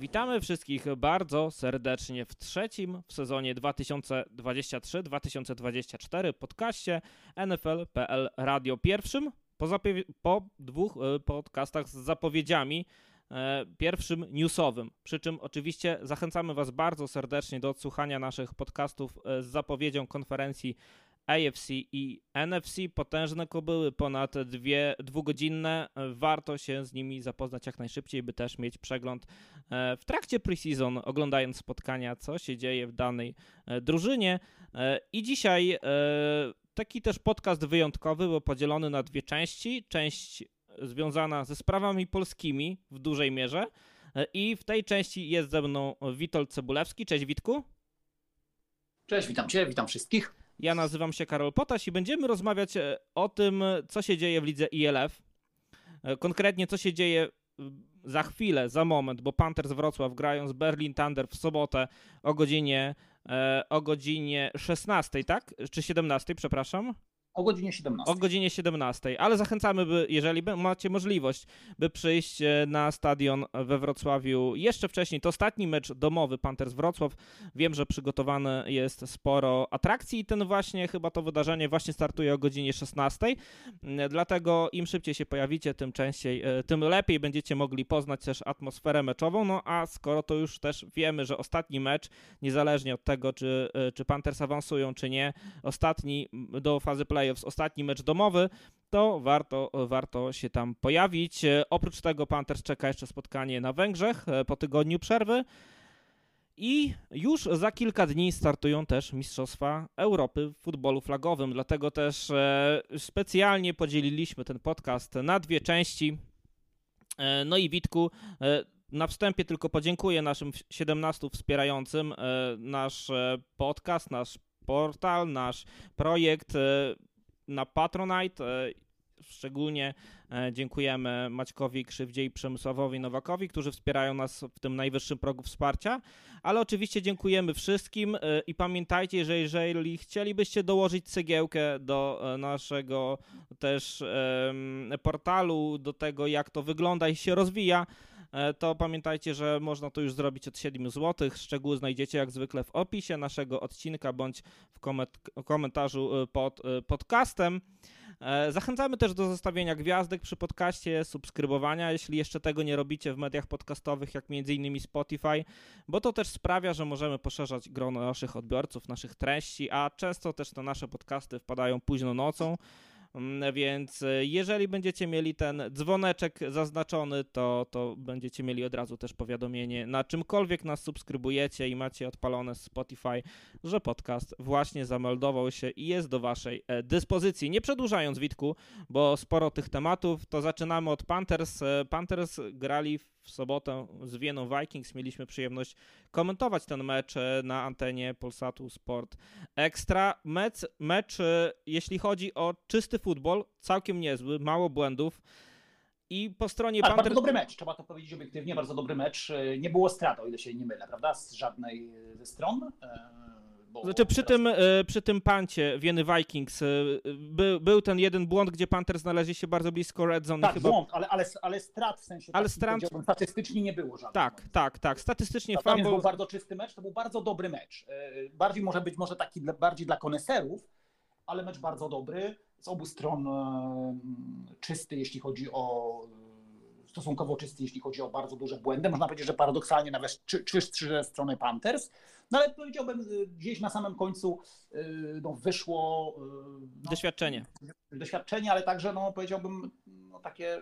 Witamy wszystkich bardzo serdecznie w trzecim w sezonie 2023-2024 podcaście NFL.pl Radio. Pierwszym po dwóch podcastach z zapowiedziami, pierwszym newsowym. Przy czym oczywiście zachęcamy Was bardzo serdecznie do odsłuchania naszych podcastów z zapowiedzią konferencji AFC i NFC. Potężne kobyły, ponad dwugodzinne. Warto się z nimi zapoznać jak najszybciej, by też mieć przegląd w trakcie preseason, oglądając spotkania, co się dzieje w danej drużynie. I dzisiaj taki też podcast wyjątkowy, bo podzielony na dwie części. Część związana ze sprawami polskimi w dużej mierze i w tej części jest ze mną Witold Cebulewski. Cześć Witku. Cześć, witam Cię, witam wszystkich. Ja nazywam się Karol Potaś i będziemy rozmawiać o tym, co się dzieje w lidze ILF. Konkretnie, co się dzieje za chwilę, za moment, bo Panthers Wrocław grają z Berlin Thunder w sobotę o godzinie 16, tak? Czy 17, przepraszam? O godzinie 17. O godzinie 17, ale zachęcamy, by, jeżeli macie możliwość, by przyjść na stadion we Wrocławiu jeszcze wcześniej. To ostatni mecz domowy Panthers Wrocław. Wiem, że przygotowane jest sporo atrakcji i chyba to wydarzenie właśnie startuje o godzinie 16. Dlatego im szybciej się pojawicie, tym lepiej będziecie mogli poznać też atmosferę meczową. No a skoro to już też wiemy, że ostatni mecz, niezależnie od tego, czy Panthers awansują, czy nie, ostatni do fazy playoffs, ostatni mecz domowy, to warto się tam pojawić. Oprócz tego Panthers czeka jeszcze spotkanie na Węgrzech po tygodniu przerwy i już za kilka dni startują też Mistrzostwa Europy w futbolu flagowym, dlatego też specjalnie podzieliliśmy ten podcast na dwie części. No i Witku, na wstępie tylko podziękuję naszym 17 wspierającym nasz podcast, nasz portal, nasz projekt na Patronite. Szczególnie dziękujemy Maćkowi Krzywdzie i Przemysławowi Nowakowi, którzy wspierają nas w tym najwyższym progu wsparcia, ale oczywiście dziękujemy wszystkim i pamiętajcie, że jeżeli chcielibyście dołożyć cegiełkę do naszego też portalu, do tego jak to wygląda i się rozwija, to pamiętajcie, że można to już zrobić od 7 zł. Szczegóły znajdziecie jak zwykle w opisie naszego odcinka bądź w komentarzu pod podcastem. Zachęcamy też do zostawienia gwiazdek przy podcaście, subskrybowania, jeśli jeszcze tego nie robicie w mediach podcastowych, jak m.in. Spotify, bo to też sprawia, że możemy poszerzać grono naszych odbiorców, naszych treści, a często też te nasze podcasty wpadają późno nocą. Więc jeżeli będziecie mieli ten dzwoneczek zaznaczony, to będziecie mieli od razu też powiadomienie na czymkolwiek nas subskrybujecie i macie odpalone z Spotify, że podcast właśnie zameldował się i jest do waszej dyspozycji. Nie przedłużając, Witku, bo sporo tych tematów, to zaczynamy od Panthers. Panthers grali w sobotę z Vieną Vikings. Mieliśmy przyjemność komentować ten mecz na antenie Polsatu Sport Extra. Mecz, jeśli chodzi o czysty futbol, całkiem niezły, mało błędów. I po stronie Panthers... Bardzo dobry mecz, trzeba to powiedzieć obiektywnie, bardzo dobry mecz. Nie było strat, o ile się nie mylę, prawda? Z żadnej ze stron. Znaczy przy tym pancie Wieny Vikings był ten jeden błąd, gdzie Panthers znaleźli się bardzo blisko red zone. Tak, chyba... błąd, ale strat w sensie statystycznie nie było żadnych. Tak. Statystycznie to był bardzo czysty mecz, to był bardzo dobry mecz. Bardziej może taki bardziej dla koneserów, ale mecz bardzo dobry. Z obu stron czysty, jeśli chodzi o stosunkowo czysty, jeśli chodzi o bardzo duże błędy. Można powiedzieć, że paradoksalnie nawet czystszy ze strony Panthers. No ale powiedziałbym, gdzieś na samym końcu wyszło... Doświadczenie, ale także powiedziałbym takie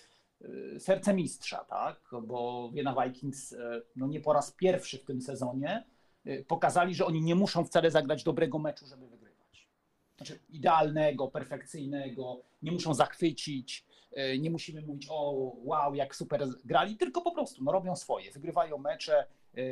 serce mistrza, tak? Bo Vienna Vikings nie po raz pierwszy w tym sezonie pokazali, że oni nie muszą wcale zagrać dobrego meczu, żeby wygrywać. Znaczy idealnego, perfekcyjnego, nie muszą zachwycić, nie musimy mówić o wow, jak super grali, tylko po prostu robią swoje, wygrywają mecze.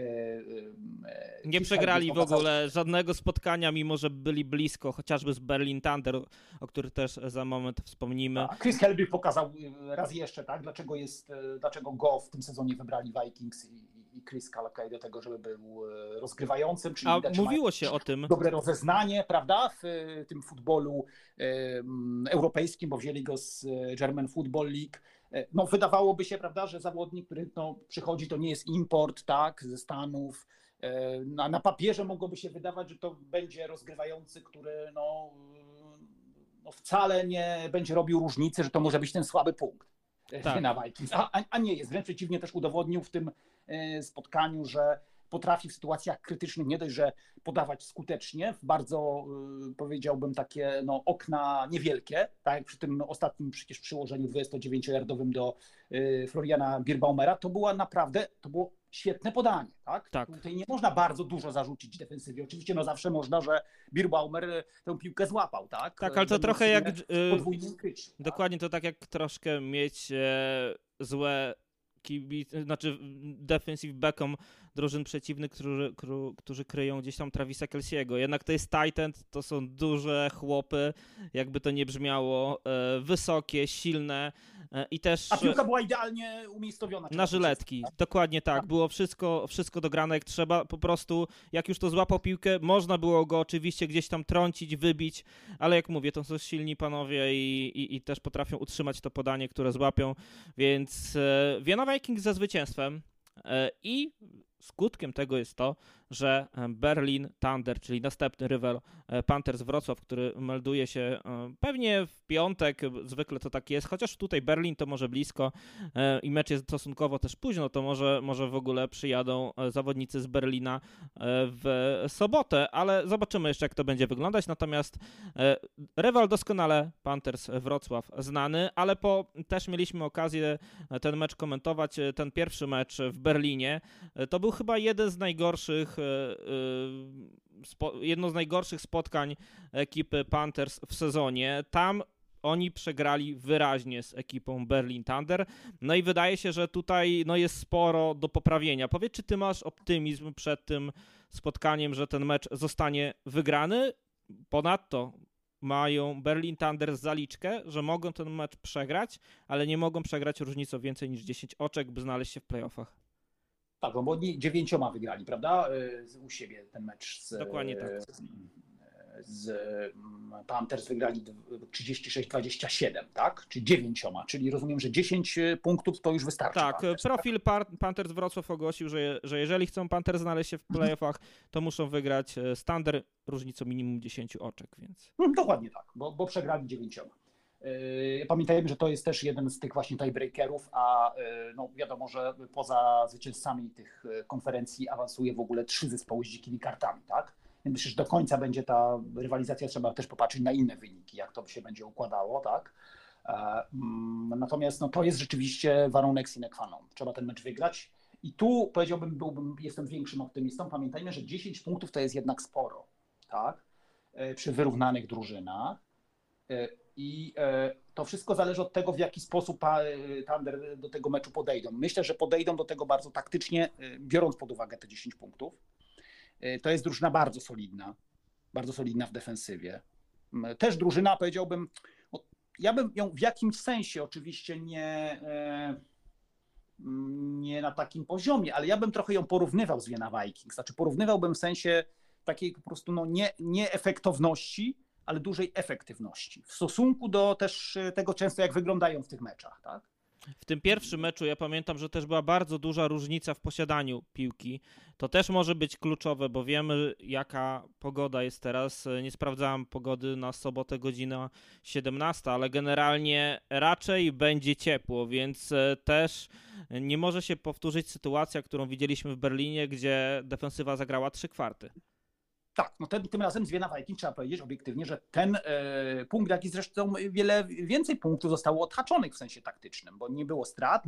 Nie przegrali w ogóle żadnego spotkania, mimo że byli blisko, chociażby z Berlin Thunder, o których też za moment wspomnimy. Chris Helby pokazał raz jeszcze, tak, dlaczego go w tym sezonie wybrali Vikings i Chris Calcay do tego, żeby był rozgrywającym. Czyli A mówiło się o tym. Dobre rozeznanie, prawda, w tym futbolu europejskim, bo wzięli go z German Football League. No, wydawałoby się, prawda, że zawodnik, który przychodzi, to nie jest import, tak, ze Stanów. Na papierze mogłoby się wydawać, że to będzie rozgrywający, który wcale nie będzie robił różnicy, że to może być ten słaby punkt na Vikings, a nie jest. Wręcz przeciwnie, też udowodnił w tym spotkaniu, że potrafi w sytuacjach krytycznych nie dość, że podawać skutecznie, w bardzo, powiedziałbym, takie okna niewielkie, tak jak przy tym ostatnim przecież przyłożeniu 29-yardowym do Floriana Birbaumera, to było świetne podanie, tak? Tutaj nie można bardzo dużo zarzucić defensywie. Oczywiście zawsze można, że Birbaumer tę piłkę złapał, tak? Tak, ale to trochę jak podwójnym kryciu. Dokładnie, to tak jak troszkę mieć złe defensive backom drużyn przeciwnych, którzy kryją gdzieś tam Travisa Kelce'ego. Jednak to jest tight end, to są duże chłopy, jakby to nie brzmiało, wysokie, silne i też... A piłka była idealnie umiejscowiona. Na żyletki, tak? Dokładnie tak. Było wszystko dograne jak trzeba. Po prostu jak już to złapał piłkę, można było go oczywiście gdzieś tam trącić, wybić, ale jak mówię, to są silni panowie i też potrafią utrzymać to podanie, które złapią, więc Vienna Vikings ze zwycięstwem i skutkiem tego jest to, że Berlin Thunder, czyli następny rywal Panthers Wrocław, który melduje się pewnie w piątek, zwykle to tak jest, chociaż tutaj Berlin to może blisko i mecz jest stosunkowo też późno, to może w ogóle przyjadą zawodnicy z Berlina w sobotę, ale zobaczymy jeszcze, jak to będzie wyglądać. Natomiast rywal doskonale Panthers Wrocław znany, ale też mieliśmy okazję ten mecz komentować, ten pierwszy mecz w Berlinie. To był chyba jedno z najgorszych spotkań ekipy Panthers w sezonie. Tam oni przegrali wyraźnie z ekipą Berlin Thunder. No i wydaje się, że tutaj jest sporo do poprawienia. Powiedz, czy ty masz optymizm przed tym spotkaniem, że ten mecz zostanie wygrany? Ponadto mają Berlin Thunder zaliczkę, że mogą ten mecz przegrać, ale nie mogą przegrać różnicą więcej niż 10 oczek, by znaleźć się w playoffach. Tak, bo oni 9 wygrali, prawda? U siebie ten mecz. Dokładnie tak. Z Panthers wygrali 36-27, tak? Czy 9, czyli rozumiem, że 10 punktów to już wystarczy. Tak, Panthers, profil Panthers Wrocław ogłosił, że jeżeli chcą Panthers znaleźć się w playoffach, to muszą wygrać z Thunder różnicą minimum 10 oczek, więc... Dokładnie tak, bo przegrali 9. Pamiętajmy, że to jest też jeden z tych właśnie tiebreakerów, a wiadomo, że poza zwycięzcami tych konferencji awansuje w ogóle 3 zespoły z dzikimi kartami, tak? Więc myślę, że do końca będzie ta rywalizacja, trzeba też popatrzeć na inne wyniki, jak to się będzie układało, tak? Natomiast to jest rzeczywiście warunek sine qua non. Trzeba ten mecz wygrać i tu powiedziałbym, jestem większym optymistą. Pamiętajmy, że 10 punktów to jest jednak sporo, tak? Przy wyrównanych drużynach. I to wszystko zależy od tego, w jaki sposób Thunder do tego meczu podejdą. Myślę, że podejdą do tego bardzo taktycznie, biorąc pod uwagę te 10 punktów. To jest drużyna bardzo solidna w defensywie. Też drużyna, powiedziałbym, ja bym ją w jakimś sensie oczywiście nie na takim poziomie, ale ja bym trochę ją porównywał z Vienna Vikings. Znaczy porównywałbym w sensie takiej po prostu nie efektowności, ale dużej efektywności w stosunku do też tego często, jak wyglądają w tych meczach, tak? W tym pierwszym meczu ja pamiętam, że też była bardzo duża różnica w posiadaniu piłki. To też może być kluczowe, bo wiemy, jaka pogoda jest teraz. Nie sprawdzałem pogody na sobotę, godzina 17, ale generalnie raczej będzie ciepło, więc też nie może się powtórzyć sytuacja, którą widzieliśmy w Berlinie, gdzie defensywa zagrała 3/4. Tak, tym razem z Vienna Vikings trzeba powiedzieć obiektywnie, że ten punkt, jak i zresztą wiele więcej punktów zostało odhaczonych w sensie taktycznym, bo nie było strat,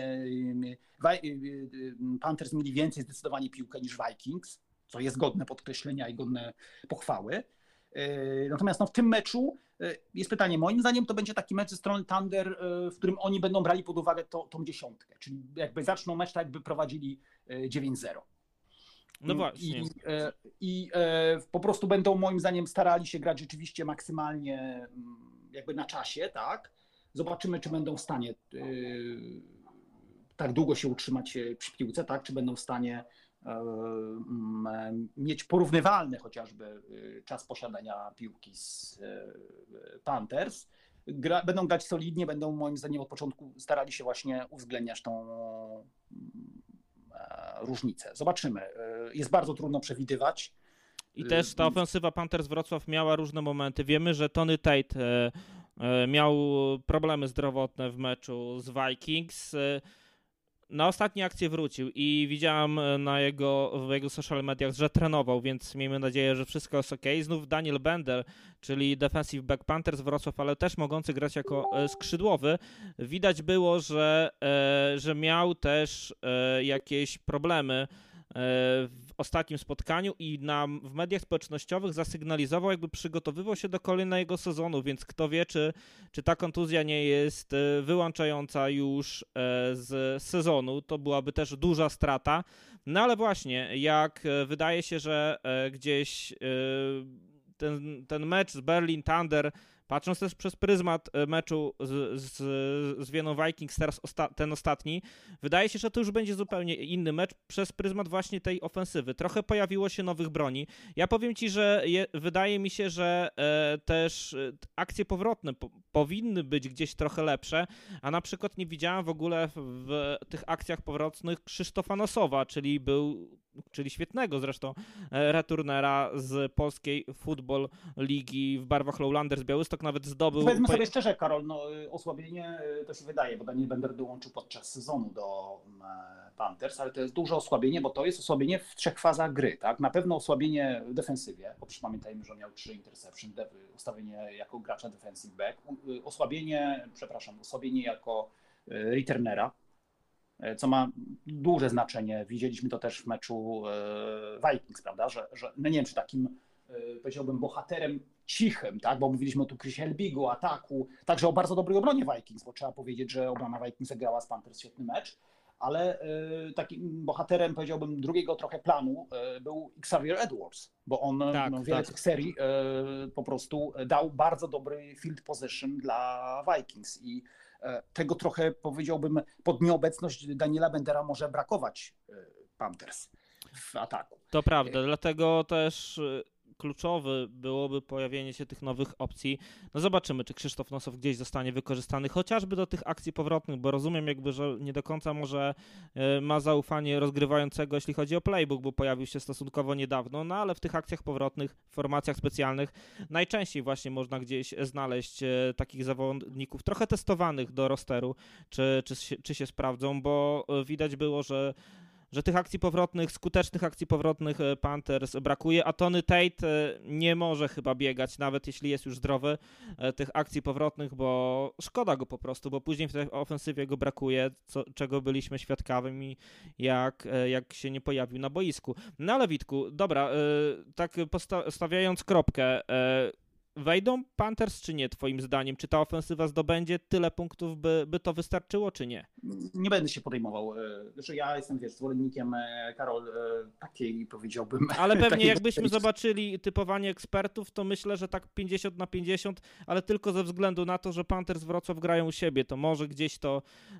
Panthers mieli więcej zdecydowanie piłkę niż Vikings, co jest godne podkreślenia i godne pochwały. Natomiast w tym meczu jest pytanie, moim zdaniem to będzie taki mecz ze strony Thunder, w którym oni będą brali pod uwagę tą 10, czyli jakby zaczną mecz tak, jakby prowadzili 9-0. No właśnie. I po prostu będą moim zdaniem starali się grać rzeczywiście maksymalnie jakby na czasie, tak? Zobaczymy, czy będą w stanie tak długo się utrzymać przy piłce, tak? Czy będą w stanie mieć porównywalny chociażby czas posiadania piłki z Panthers. Będą grać solidnie, będą moim zdaniem od początku starali się właśnie uwzględniać tą różnicę. Zobaczymy. Jest bardzo trudno przewidywać. I też ta ofensywa Panthers Wrocław miała różne momenty. Wiemy, że Tony Tate miał problemy zdrowotne w meczu z Vikings. Na ostatnie akcje wrócił i widziałem w jego social mediach, że trenował, więc miejmy nadzieję, że wszystko jest ok. Znów Daniel Bender, czyli defensive back Panthers Wrocław, ale też mogący grać jako skrzydłowy. Widać było, że miał też jakieś problemy w ostatnim spotkaniu i w mediach społecznościowych zasygnalizował, jakby przygotowywał się do kolejnego sezonu, więc kto wie, czy ta kontuzja nie jest wyłączająca już z sezonu. To byłaby też duża strata. No ale właśnie, jak wydaje się, że gdzieś ten mecz z Berlin Thunder, patrząc też przez pryzmat meczu z Wieną Vikings, teraz ten ostatni, wydaje się, że to już będzie zupełnie inny mecz przez pryzmat właśnie tej ofensywy. Trochę pojawiło się nowych broni. Ja powiem Ci, że wydaje mi się, że też akcje powrotne powinny być gdzieś trochę lepsze, a na przykład nie widziałem w ogóle w tych akcjach powrotnych Krzysztofa Nosowa, czyli świetnego zresztą returnera z polskiej Football Ligi w barwach Lowlanders Białystok, nawet zdobył... Powiedzmy sobie szczerze, Karol, osłabienie to się wydaje, bo Daniel Bender dołączył podczas sezonu do Panthers, ale to jest duże osłabienie, bo to jest osłabienie w 3 fazach gry, tak? Na pewno osłabienie w defensywie, bo pamiętajmy, że miał 3 interception, ustawienie jako gracza defensive back, osłabienie jako returnera, co ma duże znaczenie. Widzieliśmy to też w meczu Vikings, prawda, że no nie wiem, czy takim, powiedziałbym, bohaterem cichym, tak, bo mówiliśmy o tu Chrisie Helbigu, ataku, także o bardzo dobrej obronie Vikings, bo trzeba powiedzieć, że obrona Vikings zagrała z Panthers świetny mecz, ale takim bohaterem, powiedziałbym, drugiego trochę planu był Xavier Edwards, bo on wiele tych serii po prostu dał bardzo dobry field position dla Vikings i tego trochę, powiedziałbym, pod nieobecność Daniela Bendera może brakować Panthers w ataku. To prawda, dlatego też kluczowe byłoby pojawienie się tych nowych opcji. No zobaczymy, czy Krzysztof Nosow gdzieś zostanie wykorzystany, chociażby do tych akcji powrotnych, bo rozumiem jakby, że nie do końca może ma zaufanie rozgrywającego, jeśli chodzi o playbook, bo pojawił się stosunkowo niedawno, no ale w tych akcjach powrotnych, formacjach specjalnych najczęściej właśnie można gdzieś znaleźć takich zawodników trochę testowanych do rosteru, czy się sprawdzą, bo widać było, że tych akcji powrotnych, skutecznych akcji powrotnych Panthers brakuje, a Tony Tate nie może chyba biegać, nawet jeśli jest już zdrowy, tych akcji powrotnych, bo szkoda go po prostu, bo później w tej ofensywie go brakuje, czego byliśmy świadkami, jak się nie pojawił na boisku. No ale Witku, dobra, tak stawiając kropkę, wejdą Panthers czy nie, twoim zdaniem? Czy ta ofensywa zdobędzie tyle punktów, by to wystarczyło, czy nie? Nie będę się podejmował. Że ja jestem, zwolennikiem, Karol, takiej, powiedziałbym... Ale pewnie jakbyśmy zobaczyli typowanie ekspertów, to myślę, że tak 50/50, ale tylko ze względu na to, że Panthers Wrocław grają u siebie, to może gdzieś to...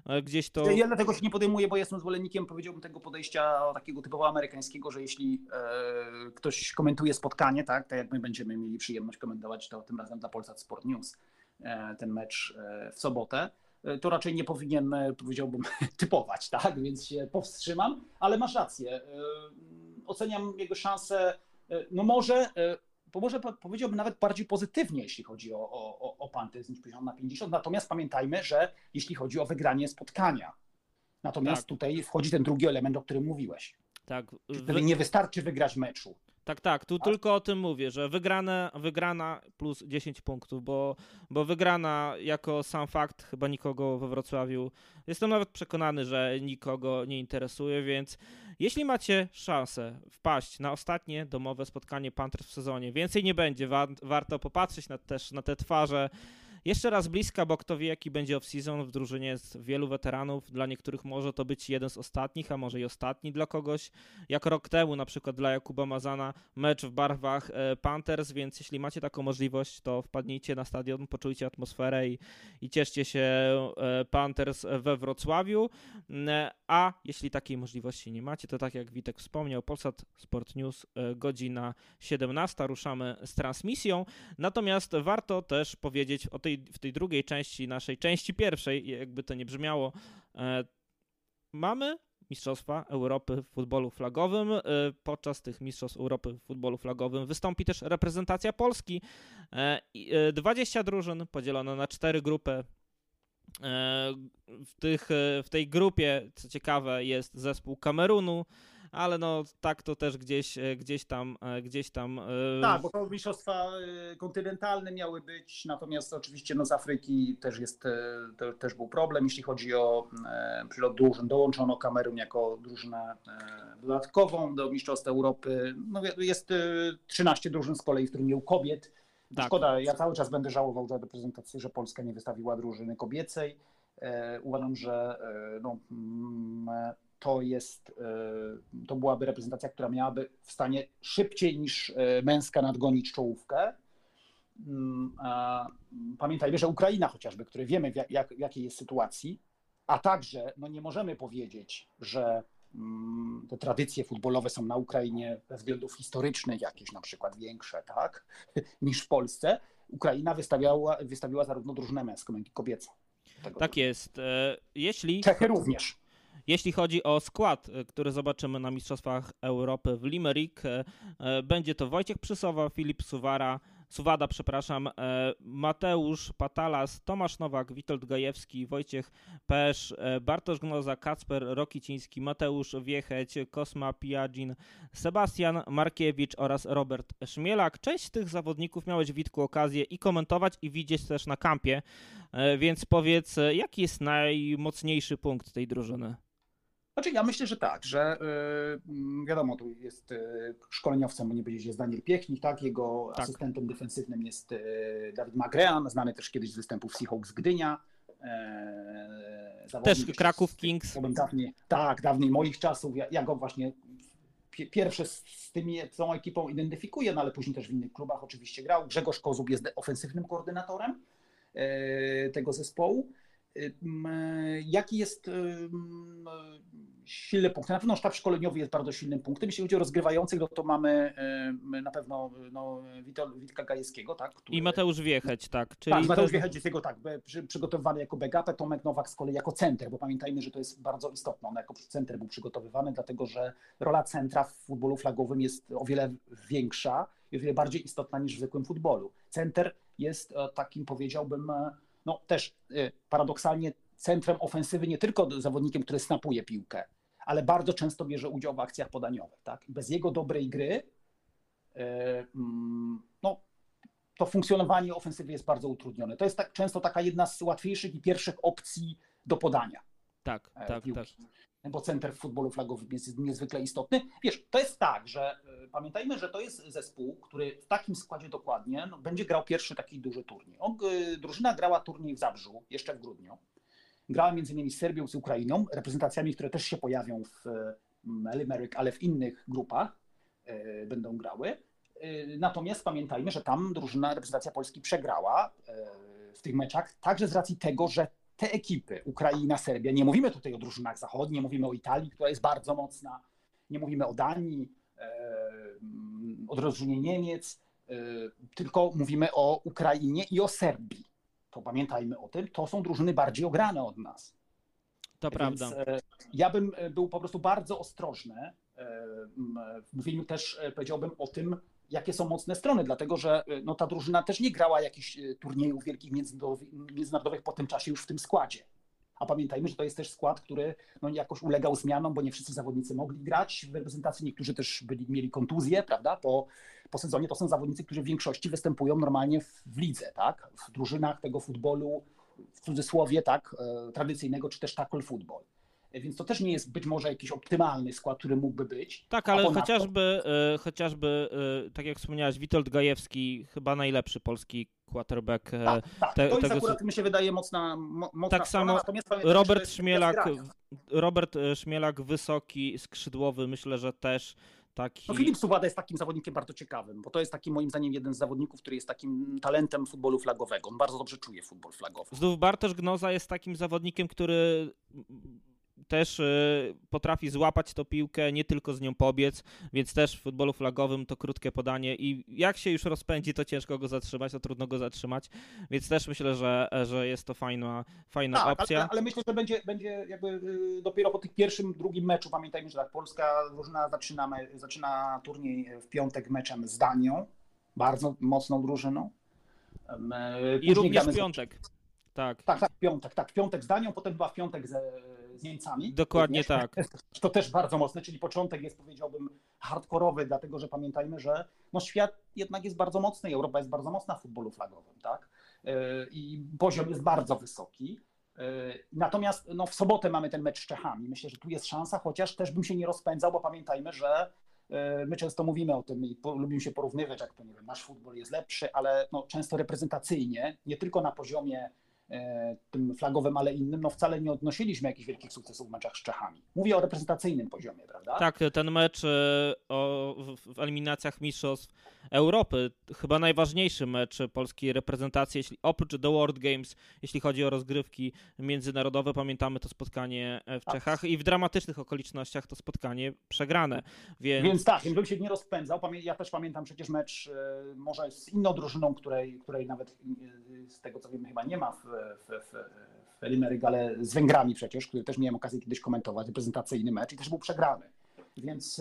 Ja dlatego się nie podejmuję, bo jestem zwolennikiem, powiedziałbym, tego podejścia takiego typowo amerykańskiego, że jeśli ktoś komentuje spotkanie, tak jak my będziemy mieli przyjemność komentować to tym razem dla Polsat Sport News ten mecz w sobotę, to raczej nie powinien, powiedziałbym, typować, tak? Więc się powstrzymam, ale masz rację. Oceniam jego szanse, no może powiedziałbym nawet bardziej pozytywnie, jeśli chodzi o Panthers niż 50/50, natomiast pamiętajmy, że jeśli chodzi o wygranie spotkania, natomiast tutaj wchodzi ten drugi element, o którym mówiłeś. Tak. Czyli nie wystarczy wygrać meczu. Tak, tu tylko o tym mówię, że wygrana plus 10 punktów, bo wygrana jako sam fakt chyba nikogo we Wrocławiu, jestem nawet przekonany, że nikogo nie interesuje, więc jeśli macie szansę wpaść na ostatnie domowe spotkanie Panthers w sezonie, więcej nie będzie, warto popatrzeć też na te twarze, jeszcze raz bliska, bo kto wie, jaki będzie off-season. W drużynie jest wielu weteranów. Dla niektórych może to być jeden z ostatnich, a może i ostatni dla kogoś. Jak rok temu na przykład dla Jakuba Mazana mecz w barwach Panthers, więc jeśli macie taką możliwość, to wpadnijcie na stadion, poczujcie atmosferę i cieszcie się Panthers we Wrocławiu. A jeśli takiej możliwości nie macie, to tak jak Witek wspomniał, Polsat Sport News, godzina 17, ruszamy z transmisją. Natomiast warto też powiedzieć w tej drugiej części, naszej części pierwszej, jakby to nie brzmiało, mamy Mistrzostwa Europy w futbolu flagowym. Podczas tych Mistrzostw Europy w futbolu flagowym wystąpi też reprezentacja Polski. 20 drużyn podzielone na 4 grupy. W tej grupie, co ciekawe, jest zespół Kamerunu, ale no tak to też gdzieś tam. Tak, bo to mistrzostwa kontynentalne miały być, natomiast oczywiście z Afryki też był problem, jeśli chodzi o przylot drużyn. Dołączono Kamerun jako drużynę dodatkową do Mistrzostw Europy. No, jest 13 drużyn z kolei w turnieju kobiet. Tak. Szkoda, ja cały czas będę żałował za reprezentację, że Polska nie wystawiła drużyny kobiecej. Uważam, że to byłaby reprezentacja, która miałaby w stanie szybciej niż męska nadgonić czołówkę. Pamiętajmy, że Ukraina chociażby, której wiemy w jakiej jest sytuacji, a także nie możemy powiedzieć, że te tradycje futbolowe są na Ukrainie ze względów historycznych jakieś na przykład większe, tak, niż w Polsce. Ukraina wystawiła zarówno drużynę męską, jak i kobiecą. Tak jest. Czechy również. Jeśli chodzi o skład, który zobaczymy na Mistrzostwach Europy w Limerick, będzie to Wojciech Przysowa, Filip Suwada, Mateusz Patalas, Tomasz Nowak, Witold Gajewski, Wojciech Pesz, Bartosz Gnoza, Kacper Rokiciński, Mateusz Wiecheć, Kosma Pijadzin, Sebastian Markiewicz oraz Robert Szmielak. Część z tych zawodników miałeś, Witku, okazję i komentować, i widzieć też na kampie, więc powiedz, jaki jest najmocniejszy punkt tej drużyny? Znaczy ja myślę, że tak, że wiadomo, tu jest szkoleniowcem, bo nie powiedzieć, jest Daniel Piechnik, tak? Jego asystentem defensywnym jest Dawid Magrean, znany też kiedyś z występów Seahawks Gdynia. Też Kraków Kings. Dawniej moich czasów, ja go właśnie pierwsze z tą ekipą identyfikuję, ale później też w innych klubach oczywiście grał. Grzegorz Kozub jest ofensywnym koordynatorem tego zespołu. Jaki jest silny punkt? Na pewno sztab szkoleniowy jest bardzo silnym punktem. Jeśli chodzi o rozgrywających, to mamy na pewno Witka Gajewskiego, tak? I Mateusz Wiecheć, tak. Czyli Mateusz Wiecheć jest przygotowywany jako backup, Tomek Nowak z kolei jako center, bo pamiętajmy, że to jest bardzo istotne. On jako center był przygotowywany, dlatego że rola centra w futbolu flagowym jest o wiele większa i o wiele bardziej istotna niż w zwykłym futbolu. Center jest takim, powiedziałbym, też paradoksalnie centrem ofensywy, nie tylko zawodnikiem, który snapuje piłkę, ale bardzo często bierze udział w akcjach podaniowych. Tak? Bez jego dobrej gry to funkcjonowanie ofensywy jest bardzo utrudnione. To jest często taka jedna z łatwiejszych i pierwszych opcji do podania. Tak. Bo center w futbolu flagowym jest niezwykle istotny. Wiesz, to jest tak, że pamiętajmy, że to jest zespół, który w takim składzie dokładnie będzie grał pierwszy taki duży turniej. Drużyna grała turniej w Zabrzu jeszcze w grudniu. Grała m.in. z Serbią, z Ukrainą, reprezentacjami, które też się pojawią w Limerick, ale w innych grupach będą grały. Natomiast pamiętajmy, że tam reprezentacja Polski przegrała w tych meczach, także z racji tego, że te ekipy, Ukraina, Serbia, nie mówimy tutaj o drużynach zachodnich, nie mówimy o Italii, która jest bardzo mocna, nie mówimy o Danii, o drużynie Niemiec, tylko mówimy o Ukrainie i o Serbii. To pamiętajmy o tym, to są drużyny bardziej ograne od nas. To prawda. Ja bym był po prostu bardzo ostrożny w mówieniu też, powiedziałbym, o tym, jakie są mocne strony, dlatego że ta drużyna też nie grała jakichś turniejów wielkich międzynarodowych po tym czasie już w tym składzie. A pamiętajmy, że to jest też skład, który jakoś ulegał zmianom, bo nie wszyscy zawodnicy mogli grać w reprezentacji, niektórzy też mieli kontuzje, prawda? Po sezonie to są zawodnicy, którzy w większości występują normalnie w lidze, tak? W drużynach tego futbolu, w cudzysłowie, tak? Tradycyjnego, czy też tackle football. Więc to też nie jest być może jakiś optymalny skład, który mógłby być. Tak, ale chociażby, tak jak wspomniałeś, Witold Gajewski, chyba najlepszy polski quarterback tak. To jest akurat, mi się wydaje, mocna tak strona, samo Robert Szmielak, wysoki, skrzydłowy, myślę, że też taki... No Filip Suwada jest takim zawodnikiem bardzo ciekawym, bo to jest taki, moim zdaniem, jeden z zawodników, który jest takim talentem futbolu flagowego. On bardzo dobrze czuje futbol flagowy. Znów Bartosz Gnoza jest takim zawodnikiem, który też potrafi złapać tę piłkę, nie tylko z nią pobiec, więc też w futbolu flagowym to krótkie podanie i jak się już rozpędzi, to ciężko go zatrzymać, to trudno go zatrzymać, więc też myślę, że jest to fajna tak, opcja. Ale myślę, że będzie jakby dopiero po tych pierwszym, drugim meczu, pamiętajmy, że tak, polska drużyna zaczyna turniej w piątek meczem z Danią, bardzo mocną drużyną. I również w piątek. Tak, w piątek z Danią, potem chyba w piątek z Niemcami. Dokładnie również. tak. To też bardzo mocne, czyli początek jest, powiedziałbym, hardkorowy, dlatego że pamiętajmy, że no świat jednak jest bardzo mocny, Europa jest bardzo mocna w futbolu flagowym, tak? I poziom jest bardzo wysoki. Natomiast no, w sobotę mamy ten mecz z Czechami. Myślę, że tu jest szansa, chociaż też bym się nie rozpędzał, bo pamiętajmy, że my często mówimy o tym i lubimy się porównywać, jak to, nie wiem, nasz futbol jest lepszy, ale no, często reprezentacyjnie, nie tylko na poziomie tym flagowym, ale innym, no wcale nie odnosiliśmy jakichś wielkich sukcesów w meczach z Czechami. Mówię o reprezentacyjnym poziomie, prawda? Tak, ten mecz w eliminacjach Mistrzostw Europy, chyba najważniejszy mecz polskiej reprezentacji, oprócz The World Games, jeśli chodzi o rozgrywki międzynarodowe, pamiętamy to spotkanie w Czechach i w dramatycznych okolicznościach to spotkanie przegrane. Więc tak, bym się nie rozpędzał. Ja też pamiętam przecież mecz może z inną drużyną, której nawet z tego co wiem chyba nie ma w Elimeryk, ale z Węgrami przecież, który też miałem okazję kiedyś komentować, reprezentacyjny mecz i też był przegrany. Więc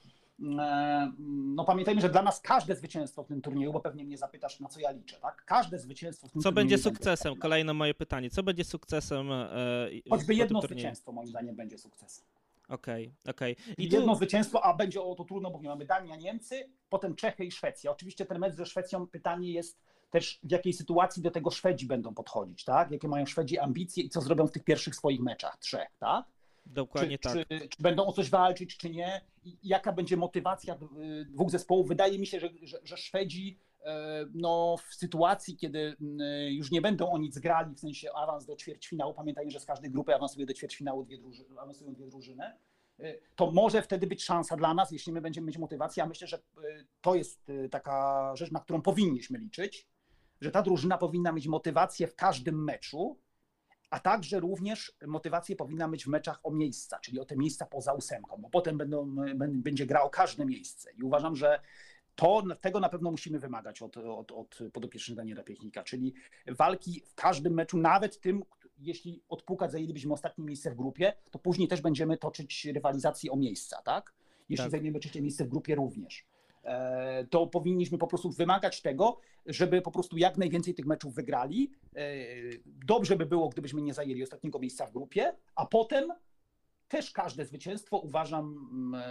no pamiętajmy, że dla nas każde zwycięstwo w tym turnieju, bo pewnie mnie zapytasz, na co ja liczę, tak? Każde zwycięstwo w tym turnieju. Co będzie sukcesem? Będzie kolejne moje pytanie. Co będzie sukcesem? Choćby jedno zwycięstwo moim zdaniem będzie sukcesem. Okej. I jedno zwycięstwo, a będzie o to trudno, bo mamy Dania, Niemcy, potem Czechy i Szwecja. Oczywiście ten mecz ze Szwecją, pytanie jest też, w jakiej sytuacji do tego Szwedzi będą podchodzić, tak? Jakie mają Szwedzi ambicje i co zrobią w tych pierwszych swoich meczach, 3, tak? Dokładnie tak. Czy będą o coś walczyć, czy nie? I jaka będzie motywacja dwóch zespołów? Wydaje mi się, że Szwedzi no, w sytuacji, kiedy już nie będą o nic grali, w sensie awans do ćwierćfinału, pamiętajmy, że z każdej grupy awansuje do ćwierćfinału awansują dwie drużyny, to może wtedy być szansa dla nas, jeśli my będziemy mieć motywację. Ja myślę, że to jest taka rzecz, na którą powinniśmy liczyć, że ta drużyna powinna mieć motywację w każdym meczu, a także również motywację powinna mieć w meczach o miejsca, czyli o te miejsca poza 8, bo potem będzie grało każde miejsce. I uważam, że tego na pewno musimy wymagać od podopiecznych Daniela Piechnika, czyli walki w każdym meczu, nawet tym, jeśli od puka zajęlibyśmy ostatnie miejsce w grupie, to później też będziemy toczyć rywalizację o miejsca, tak? Jeśli zajmiemy trzecie miejsce w grupie również. To powinniśmy po prostu wymagać tego, żeby po prostu jak najwięcej tych meczów wygrali. Dobrze by było, gdybyśmy nie zajęli ostatniego miejsca w grupie, a potem też każde zwycięstwo uważam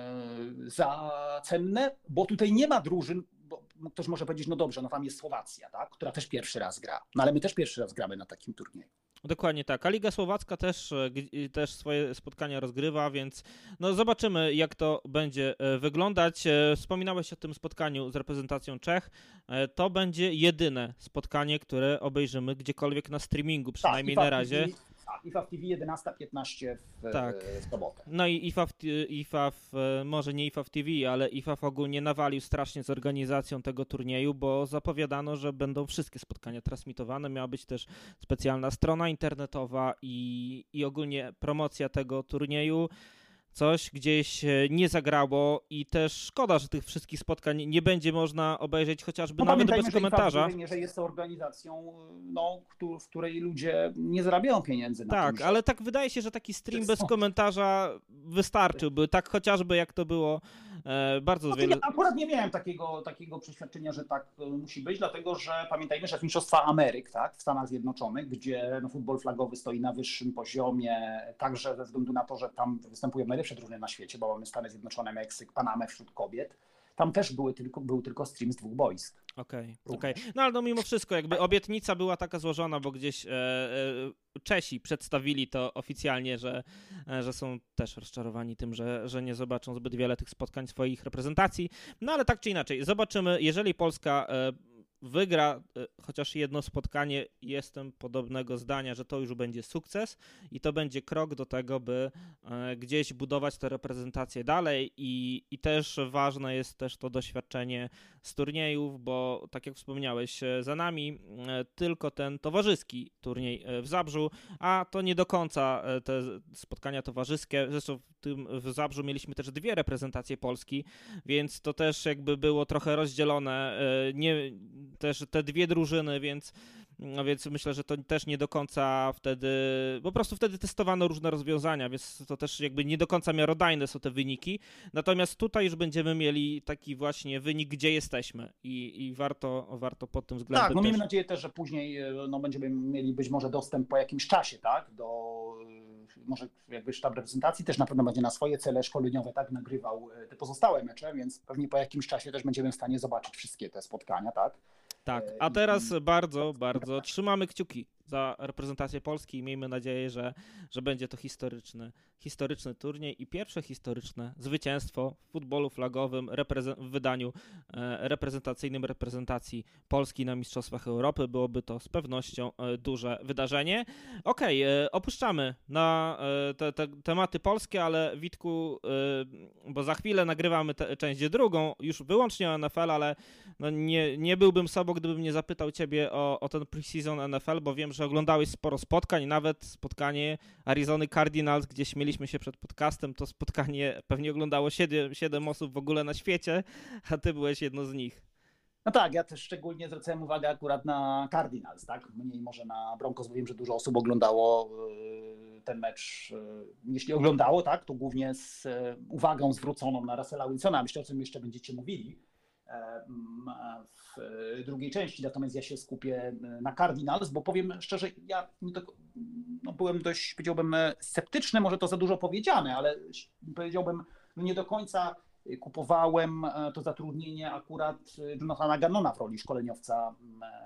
za cenne, bo tutaj nie ma drużyn, bo ktoś może powiedzieć, no dobrze, no tam jest Słowacja, tak, która też pierwszy raz gra, no ale my też pierwszy raz gramy na takim turnieju. Dokładnie tak, a Liga Słowacka też swoje spotkania rozgrywa, więc no zobaczymy, jak to będzie wyglądać. Wspominałeś o tym spotkaniu z reprezentacją Czech. To będzie jedyne spotkanie, które obejrzymy gdziekolwiek na streamingu, przynajmniej na razie. IFAF TV 11:15 w sobotę. No i IFAF, może nie IFAF TV, ale IFAF ogólnie nawalił strasznie z organizacją tego turnieju, bo zapowiadano, że będą wszystkie spotkania transmitowane. Miała być też specjalna strona internetowa i ogólnie promocja tego turnieju. Coś gdzieś nie zagrało i też szkoda, że tych wszystkich spotkań nie będzie można obejrzeć chociażby nawet bez komentarza. Że jest to organizacją, w której ludzie nie zarabiają pieniędzy na tym. Tak, ale tak wydaje się, że taki stream bez komentarza wystarczyłby. Tak chociażby jak to było bardzo wiele... Ja akurat nie miałem takiego przeświadczenia, że tak musi być, dlatego że pamiętajmy, że Mistrzostwa Ameryk, tak, w Stanach Zjednoczonych, gdzie futbol flagowy stoi na wyższym poziomie, także ze względu na to, że tam występują najlepsze drużyny na świecie, bo mamy Stany Zjednoczone, Meksyk, Panamę wśród kobiet. Tam też był tylko stream z 2 boisk. Okej. No ale mimo wszystko jakby obietnica była taka złożona, bo gdzieś Czesi przedstawili to oficjalnie, że są też rozczarowani tym, że nie zobaczą zbyt wiele tych spotkań swoich reprezentacji. No ale tak czy inaczej, zobaczymy, jeżeli Polska wygra chociaż jedno spotkanie, jestem podobnego zdania, że to już będzie sukces i to będzie krok do tego, by gdzieś budować tę reprezentację dalej i też ważne jest też to doświadczenie z turniejów, bo tak jak wspomniałeś, za nami tylko ten towarzyski turniej w Zabrzu, a to nie do końca te spotkania towarzyskie, zresztą w Zabrzu mieliśmy też 2 reprezentacje Polski, więc to też jakby było trochę rozdzielone, też te 2 drużyny, więc myślę, że to też nie do końca wtedy, po prostu wtedy testowano różne rozwiązania, więc to też jakby nie do końca miarodajne są te wyniki, natomiast tutaj już będziemy mieli taki właśnie wynik, gdzie jesteśmy i warto pod tym względem Tak, no też... miejmy nadzieję też, że później będziemy mieli być może dostęp po jakimś czasie, tak, może jakby sztab reprezentacji też na pewno będzie na swoje cele szkoleniowe tak nagrywał te pozostałe mecze, więc pewnie po jakimś czasie też będziemy w stanie zobaczyć wszystkie te spotkania, tak? Tak, a teraz bardzo trzymamy kciuki za reprezentację Polski i miejmy nadzieję, że będzie to historyczny turniej i pierwsze historyczne zwycięstwo w futbolu flagowym w wydaniu reprezentacyjnym reprezentacji Polski na Mistrzostwach Europy. Byłoby to z pewnością duże wydarzenie. Okej, opuszczamy na te tematy polskie, ale Witku, bo za chwilę nagrywamy część drugą, już wyłącznie o NFL, ale no nie byłbym sobą, gdybym nie zapytał ciebie o ten preseason NFL, bo wiem, że oglądałeś sporo spotkań, nawet spotkanie Arizony Cardinals, gdzie śmieliśmy się przed podcastem, to spotkanie pewnie oglądało 7 osób w ogóle na świecie, a ty byłeś jedną z nich. No tak, ja też szczególnie zwracałem uwagę akurat na Cardinals, tak? Mniej może na Broncos, bo wiem, że dużo osób oglądało ten mecz. Jeśli oglądało, tak, to głównie z uwagą zwróconą na Russella Wilsona. Myślę, o czym jeszcze będziecie mówili w drugiej części, natomiast ja się skupię na Cardinals, bo powiem szczerze, ja byłem dość, powiedziałbym, sceptyczny, może to za dużo powiedziane, ale powiedziałbym, nie do końca kupowałem to zatrudnienie akurat Jonathana Gannona w roli szkoleniowca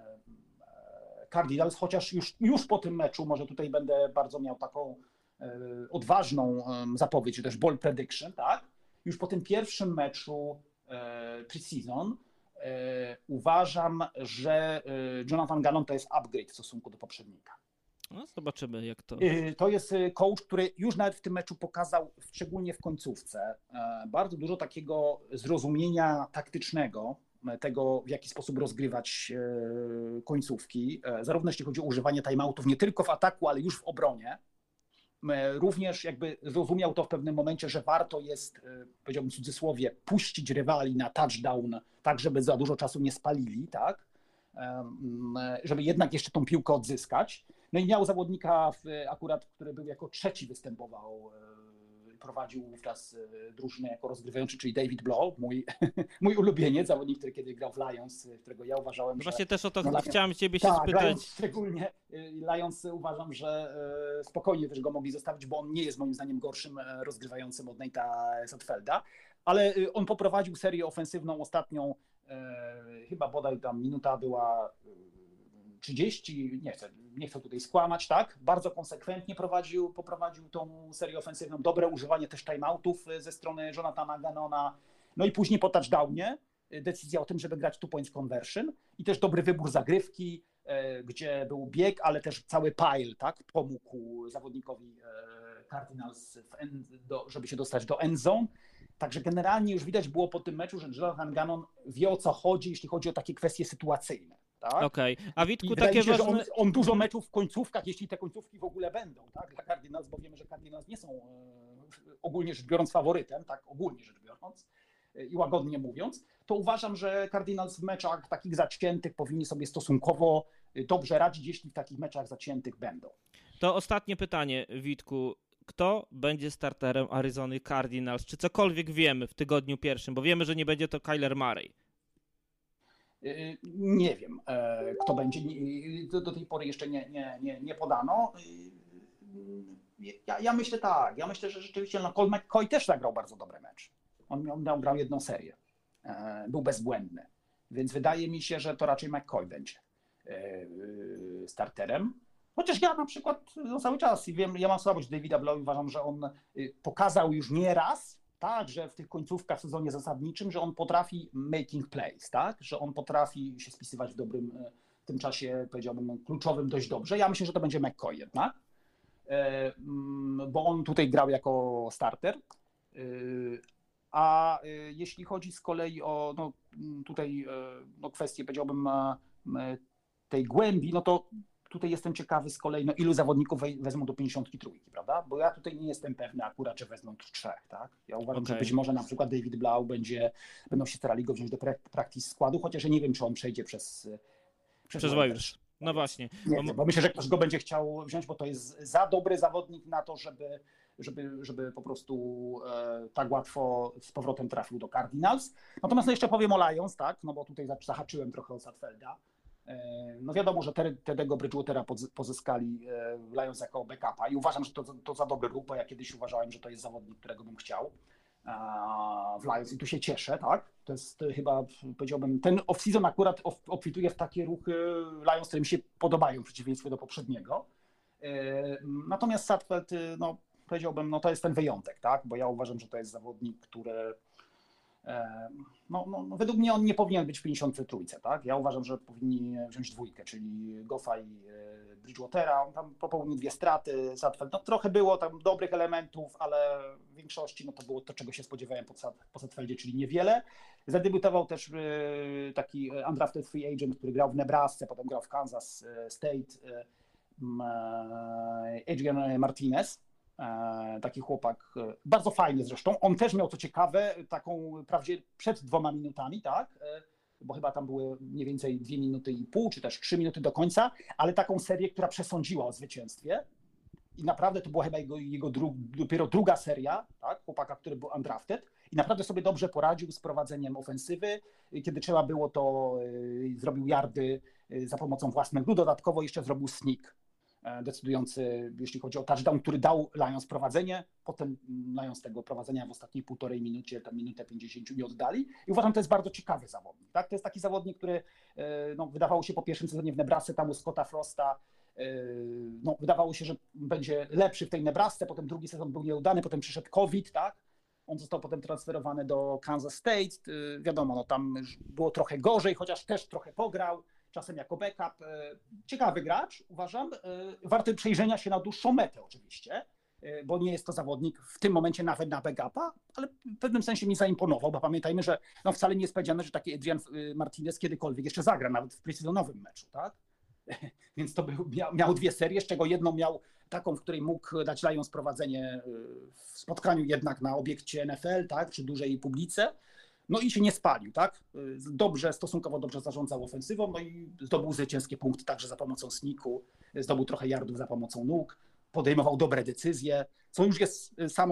Cardinals, chociaż już po tym meczu, może tutaj będę bardzo miał taką odważną zapowiedź, czy też bold prediction, tak? Już po tym pierwszym meczu preseason uważam, że Jonathan Gannon to jest upgrade w stosunku do poprzednika. No, zobaczymy, jak to... To jest coach, który już nawet w tym meczu pokazał, szczególnie w końcówce, bardzo dużo takiego zrozumienia taktycznego, tego, w jaki sposób rozgrywać końcówki, zarówno jeśli chodzi o używanie timeoutów, nie tylko w ataku, ale już w obronie. Również jakby zrozumiał to w pewnym momencie, że warto jest, powiedziałbym w cudzysłowie, puścić rywali na touchdown, tak żeby za dużo czasu nie spalili, tak? Żeby jednak jeszcze tą piłkę odzyskać. No i miał zawodnika akurat, który był jako trzeci występował, prowadził wówczas drużynę jako rozgrywający, czyli David Blow, mój ulubieniec, zawodnik, który kiedyś grał w Lions, którego ja uważałem, Właśnie że... też o to no, chciałem ciebie się spytać. Lions, szczególnie Lions uważam, że spokojnie też go mogli zostawić, bo on nie jest moim zdaniem gorszym rozgrywającym od Nate'a Sudfelda, ale on poprowadził serię ofensywną ostatnią, chyba bodaj tam minuta była 30, nie chcę tutaj skłamać, tak? Bardzo konsekwentnie poprowadził tą serię ofensywną, dobre używanie też timeoutów ze strony Jonathana Gannona, no i później po touchdownie decyzja o tym, żeby grać two points conversion i też dobry wybór zagrywki, gdzie był bieg, ale też cały pile, tak? Pomógł zawodnikowi Cardinals, żeby się dostać do end zone. Także generalnie już widać było po tym meczu, że Jonathan Gannon wie, o co chodzi, jeśli chodzi o takie kwestie sytuacyjne. Tak? Okej. A Witku, takie ważne... że on dużo meczów w końcówkach, jeśli te końcówki w ogóle będą, tak? Dla Cardinals, bo wiemy, że Cardinals nie są ogólnie rzecz biorąc faworytem, tak? Ogólnie rzecz biorąc i łagodnie mówiąc, to uważam, że Cardinals w meczach takich zaciętych powinni sobie stosunkowo dobrze radzić, jeśli w takich meczach zaciętych będą. To ostatnie pytanie, Witku. Kto będzie starterem Arizony Cardinals? Czy cokolwiek wiemy w tygodniu pierwszym? Bo wiemy, że nie będzie to Kyler Murray. Nie wiem, kto będzie. Do tej pory jeszcze nie podano. Ja myślę tak. Ja myślę, że rzeczywiście Colt McCoy też zagrał bardzo dobry mecz. On grał jedną serię. Był bezbłędny. Więc wydaje mi się, że to raczej McCoy będzie starterem. Chociaż ja na przykład cały czas i wiem, ja mam słabość Davida Blow i uważam, że on pokazał już nie raz, tak, że w tych końcówkach w sezonie zasadniczym, że on potrafi making plays, tak, że on potrafi się spisywać w tym czasie, powiedziałbym, kluczowym dość dobrze. Ja myślę, że to będzie McCoy jednak, bo on tutaj grał jako starter. A jeśli chodzi z kolei o no, tutaj no, kwestię, powiedziałbym, tej głębi, no to tutaj jestem ciekawy z kolei, no, ilu zawodników wezmą do 53, prawda? Bo ja tutaj nie jestem pewny akurat, że wezmą 3, tak? Ja uważam, że być może na przykład David Blau będą się starali go wziąć do practice składu, chociaż ja nie wiem, czy on przejdzie przez waivers. No właśnie. Nie, bo myślę, że ktoś go będzie chciał wziąć, bo to jest za dobry zawodnik na to, żeby po prostu tak łatwo z powrotem trafił do Cardinals. Natomiast no jeszcze powiem o Lions, tak, no bo tutaj zahaczyłem trochę o Sudfelda. No wiadomo, że Teddy'ego Bridgewatera pozyskali Lions jako backupa i uważam, że to za dobry ruch, bo ja kiedyś uważałem, że to jest zawodnik, którego bym chciał w Lions i tu się cieszę, tak? To jest chyba, powiedziałbym, ten off-season akurat obfituje w takie ruchy Lions, które mi się podobają w przeciwieństwie do poprzedniego. Natomiast Sudfeld, no powiedziałbym, no to jest ten wyjątek, tak? Bo ja uważam, że to jest zawodnik, który no, według mnie on nie powinien być w 53, tak? Ja uważam, że powinni wziąć dwójkę, czyli Goffa i Bridgewatera. On tam popełnił 2 straty, Sudfeld. No trochę było tam dobrych elementów, ale w większości no, to było to, czego się spodziewałem po Sudfeldzie, czyli niewiele. Zadebiutował też taki undrafted free agent, który grał w Nebrasce, potem grał w Kansas State, Adrian Martinez. Taki chłopak, bardzo fajny zresztą. On też miał, co ciekawe, taką wprawdzie przed 2 minutami, tak? Bo chyba tam były mniej więcej 2,5 minuty, czy też 3 minuty do końca, ale taką serię, która przesądziła o zwycięstwie. I naprawdę to była chyba jego dopiero druga seria, tak? Chłopaka, który był undrafted. I naprawdę sobie dobrze poradził z prowadzeniem ofensywy. Kiedy trzeba było, to zrobił yardy za pomocą własnych gru. Dodatkowo jeszcze zrobił sneak decydujący, jeśli chodzi o touchdown, który dał Lions prowadzenie. Potem Lions tego prowadzenia w ostatniej 1,5 minucie, tam minutę 50 nie oddali. I uważam, to jest bardzo ciekawy zawodnik. Tak? To jest taki zawodnik, który no, wydawało się po pierwszym sezonie w Nebrasce, tam u Scotta Frosta, no, wydawało się, że będzie lepszy w tej Nebrasce, potem drugi sezon był nieudany, potem przyszedł COVID, tak? On został potem transferowany do Kansas State. Wiadomo, no, tam było trochę gorzej, chociaż też trochę pograł. Czasem jako backup. Ciekawy gracz, uważam. Warty przejrzenia się na dłuższą metę oczywiście, bo nie jest to zawodnik w tym momencie nawet na backupa, ale w pewnym sensie mi zaimponował, bo pamiętajmy, że no wcale nie jest powiedziane, że taki Adrian Martinez kiedykolwiek jeszcze zagra, nawet w preseasonowym meczu, tak? Więc to miał 2 serie, z czego jedną miał taką, w której mógł dać Lions prowadzenie w spotkaniu jednak na obiekcie NFL, tak, przy dużej publice. No i się nie spalił, tak? Stosunkowo dobrze zarządzał ofensywą, no i zdobył zwycięskie punkty także za pomocą sneaku, zdobył trochę yardów za pomocą nóg, podejmował dobre decyzje, co już jest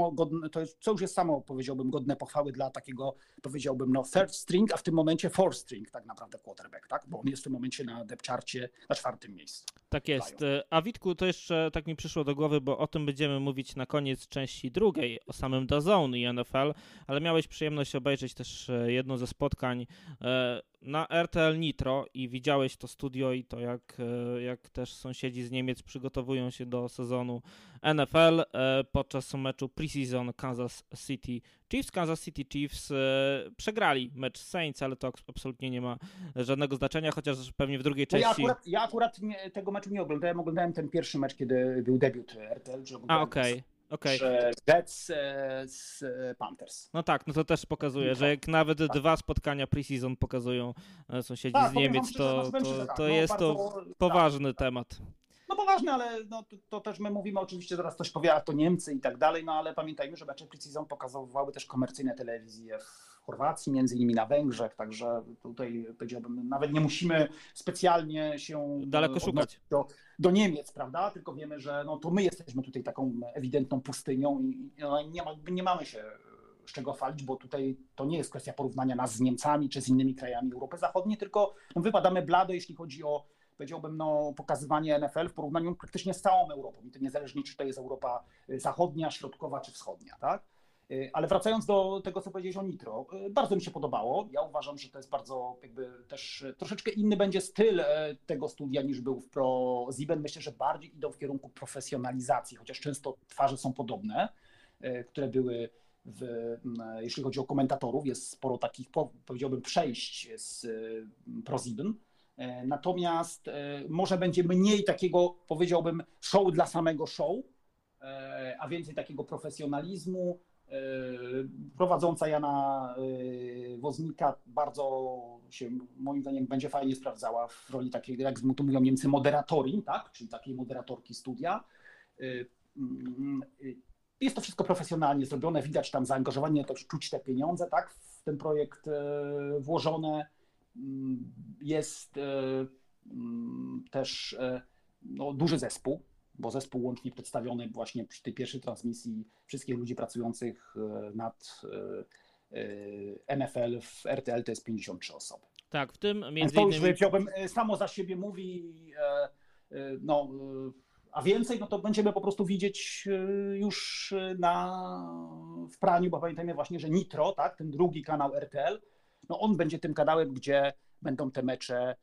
samo, powiedziałbym, godne pochwały dla takiego, powiedziałbym, no third string, a w tym momencie fourth string tak naprawdę quarterback, tak? Bo on jest w tym momencie na depth charcie na 4. miejscu. Tak jest. A Witku, to jeszcze tak mi przyszło do głowy, bo o tym będziemy mówić na koniec części drugiej, o samym DAZN i NFL, ale miałeś przyjemność obejrzeć też jedno ze spotkań na RTL Nitro i widziałeś to studio i to jak też sąsiedzi z Niemiec przygotowują się do sezonu NFL podczas meczu preseason Kansas City Chiefs. Kansas City Chiefs przegrali mecz z Saints, ale to absolutnie nie ma żadnego znaczenia, chociaż pewnie w drugiej części... Ja akurat tego meczu nie oglądałem. Oglądałem ten pierwszy mecz, kiedy był debiut RTL. Okej. Jets z Panthers. No tak, no to też pokazuje, że jak nawet 2 spotkania preseason pokazują sąsiedzi z Niemiec, to jest to poważny temat. No poważny, ale no, to też my mówimy, oczywiście zaraz ktoś powie, a to Niemcy i tak dalej, no ale pamiętajmy, że mecze preseason pokazywały też komercyjne telewizje w Chorwacji, między innymi na Węgrzech, także tutaj powiedziałbym, nawet nie musimy specjalnie się daleko szukać do Niemiec, prawda? Tylko wiemy, że no, to my jesteśmy tutaj taką ewidentną pustynią i no, nie mamy się z czego chwalić, bo tutaj to nie jest kwestia porównania nas z Niemcami czy z innymi krajami Europy Zachodniej, tylko no, wypadamy blado, jeśli chodzi o, powiedziałbym, no, pokazywanie NFL w porównaniu praktycznie z całą Europą. I to niezależnie, czy to jest Europa Zachodnia, Środkowa czy Wschodnia, tak? Ale wracając do tego, co powiedziałeś o Nitro, bardzo mi się podobało. Ja uważam, że to jest bardzo jakby też troszeczkę inny będzie styl tego studia niż był w ProSieben. Myślę, że bardziej idą w kierunku profesjonalizacji, chociaż często twarze są podobne, które były jeśli chodzi o komentatorów. Jest sporo takich, powiedziałbym, przejść z ProSieben. Natomiast może będzie mniej takiego, powiedziałbym, show dla samego show, a więcej takiego profesjonalizmu. Prowadząca Jana Woznika bardzo się, moim zdaniem, będzie fajnie sprawdzała w roli takiej, jak to mówią Niemcy, moderatorin, tak? Czyli takiej moderatorki studia. Jest to wszystko profesjonalnie zrobione, widać tam zaangażowanie, to czuć te pieniądze, tak? W ten projekt włożone. Jest też no, duży zespół, bo zespół łącznie przedstawiony właśnie przy tej pierwszej transmisji wszystkich ludzi pracujących nad NFL w RTL to jest 53 osoby. Tak, w tym między to już innymi... powiedziałbym, samo za siebie mówi, no, a więcej no to będziemy po prostu widzieć już w praniu, bo pamiętajmy właśnie, że Nitro, tak, ten drugi kanał RTL, no on będzie tym kanałem, gdzie będą te mecze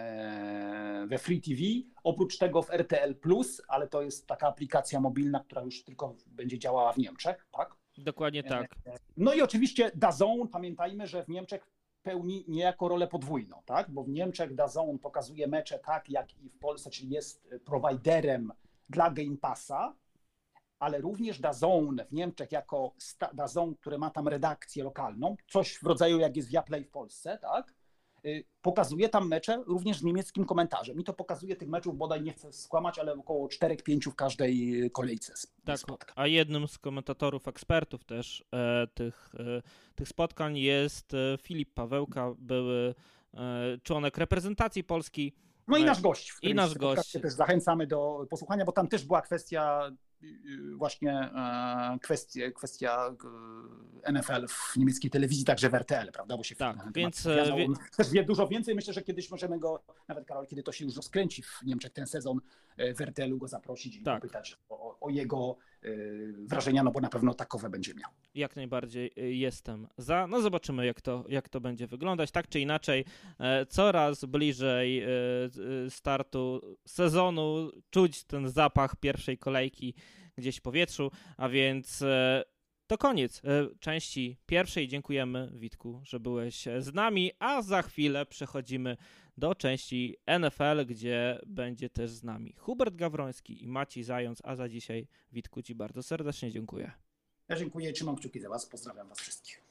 we Free TV, oprócz tego w RTL+, ale to jest taka aplikacja mobilna, która już tylko będzie działała w Niemczech, tak? Dokładnie tak. No i oczywiście DAZN, pamiętajmy, że w Niemczech pełni niejako rolę podwójną, tak? Bo w Niemczech DAZN pokazuje mecze tak, jak i w Polsce, czyli jest prowajderem dla Game Passa, ale również DAZN w Niemczech jako DAZN, który ma tam redakcję lokalną, coś w rodzaju jak jest Viaplay w Polsce, tak? Pokazuje tam mecze również z niemieckim komentarzem. I to pokazuje tych meczów, bodaj nie chcę skłamać, ale około 4-5 w każdej kolejce. Tak, a jednym z komentatorów, ekspertów też tych spotkań jest Filip Pawełka, były członek reprezentacji Polski. No i nasz gość. I nasz gość. Też zachęcamy do posłuchania, bo tam też była kwestia właśnie kwestia NFL w niemieckiej telewizji, także w RTL, prawda? Bo się tak, więc też wie dużo więcej. Myślę, że kiedyś możemy go, nawet Karol, kiedy to się już rozkręci w Niemczech ten sezon, w RTL-u go zaprosić i popytać o jego wrażenia, no bo na pewno takowe będzie miał. Jak najbardziej jestem za. No zobaczymy, jak to będzie wyglądać. Tak czy inaczej, coraz bliżej startu sezonu czuć ten zapach pierwszej kolejki gdzieś w powietrzu, a więc to koniec części pierwszej. Dziękujemy, Witku, że byłeś z nami, a za chwilę przechodzimy do części NFL, gdzie będzie też z nami Hubert Gawroński i Maciej Zając, a za dzisiaj, Witku, Ci bardzo serdecznie dziękuję. Ja dziękuję i trzymam kciuki za Was. Pozdrawiam Was wszystkich.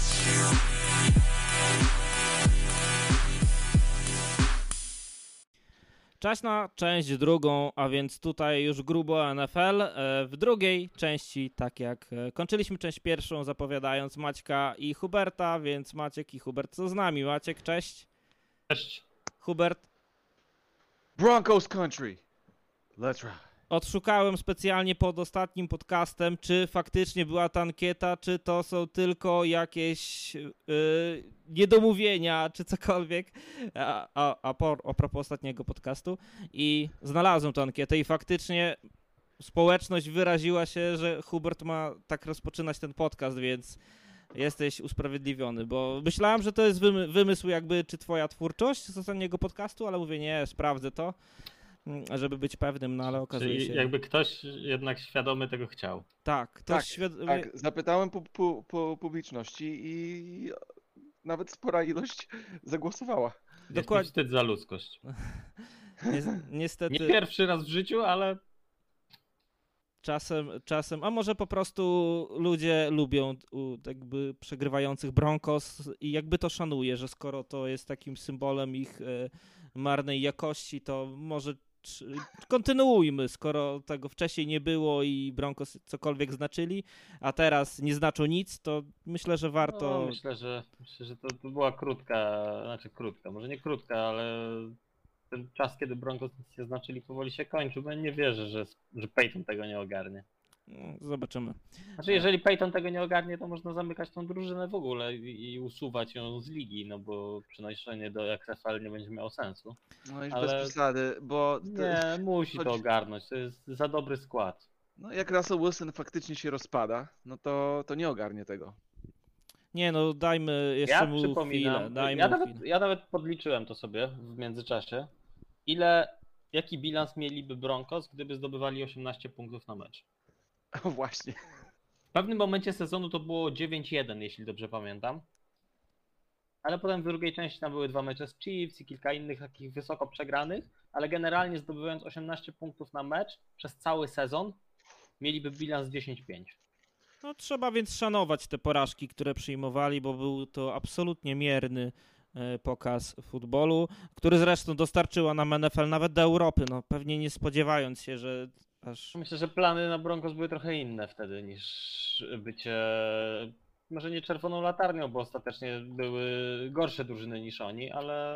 Czas na część drugą, a więc tutaj już grubo NFL. W drugiej części, tak jak kończyliśmy część pierwszą, zapowiadając Maćka i Huberta, więc Maciek i Hubert są z nami. Maciek, cześć. Cześć. Hubert. Broncos country. Let's ride. Odszukałem specjalnie pod ostatnim podcastem, czy faktycznie była ta ankieta, czy to są tylko jakieś niedomówienia, czy cokolwiek, a propos ostatniego podcastu. I znalazłem tę ankietę i faktycznie społeczność wyraziła się, że Hubert ma tak rozpoczynać ten podcast, więc jesteś usprawiedliwiony, bo myślałem, że to jest wymysł jakby, czy twoja twórczość z ostatniego podcastu, ale mówię, nie, sprawdzę to, żeby być pewnym, no ale okazuje się... Jakby ktoś jednak świadomy tego chciał. Tak, ktoś tak, zapytałem po publiczności i nawet spora ilość zagłosowała. Dokładnie. Jest mi wstyd za ludzkość. Niestety... Nie pierwszy raz w życiu, ale... Czasem, a może po prostu ludzie lubią jakby przegrywających Broncos i jakby to szanuje, że skoro to jest takim symbolem ich marnej jakości, to może kontynuujmy, skoro tego wcześniej nie było i Broncos cokolwiek znaczyli, a teraz nie znaczą nic, to myślę, że warto... No, myślę, że to była krótka, może nie krótka, ale ten czas, kiedy Broncos nic nie znaczyli, powoli się kończy, bo nie wierzę, że Peyton tego nie ogarnie. No, zobaczymy. Znaczy, jeżeli Peyton tego nie ogarnie, to można zamykać tą drużynę w ogóle i usuwać ją z ligi, no bo przenoszenie do XFL nie będzie miało sensu. No już bez przesady, bo... Nie, musi to ogarnąć, to jest za dobry skład. No jak Russell Wilson faktycznie się rozpada, no to nie ogarnie tego. Nie no, dajmy jeszcze mu chwilę. Ja nawet podliczyłem to sobie w międzyczasie. Jaki bilans mieliby Broncos, gdyby zdobywali 18 punktów na mecz? O właśnie. W pewnym momencie sezonu to było 9-1, jeśli dobrze pamiętam. Ale potem w drugiej części tam były 2 mecze z Chiefs i kilka innych takich wysoko przegranych, ale generalnie zdobywając 18 punktów na mecz przez cały sezon mieliby bilans 10-5. No trzeba więc szanować te porażki, które przyjmowali, bo był to absolutnie mierny pokaz futbolu, który zresztą dostarczyła nam NFL nawet do Europy, no pewnie nie spodziewając się, że aż... Myślę, że plany na Broncos były trochę inne wtedy niż bycie, może nie czerwoną latarnią, bo ostatecznie były gorsze drużyny niż oni,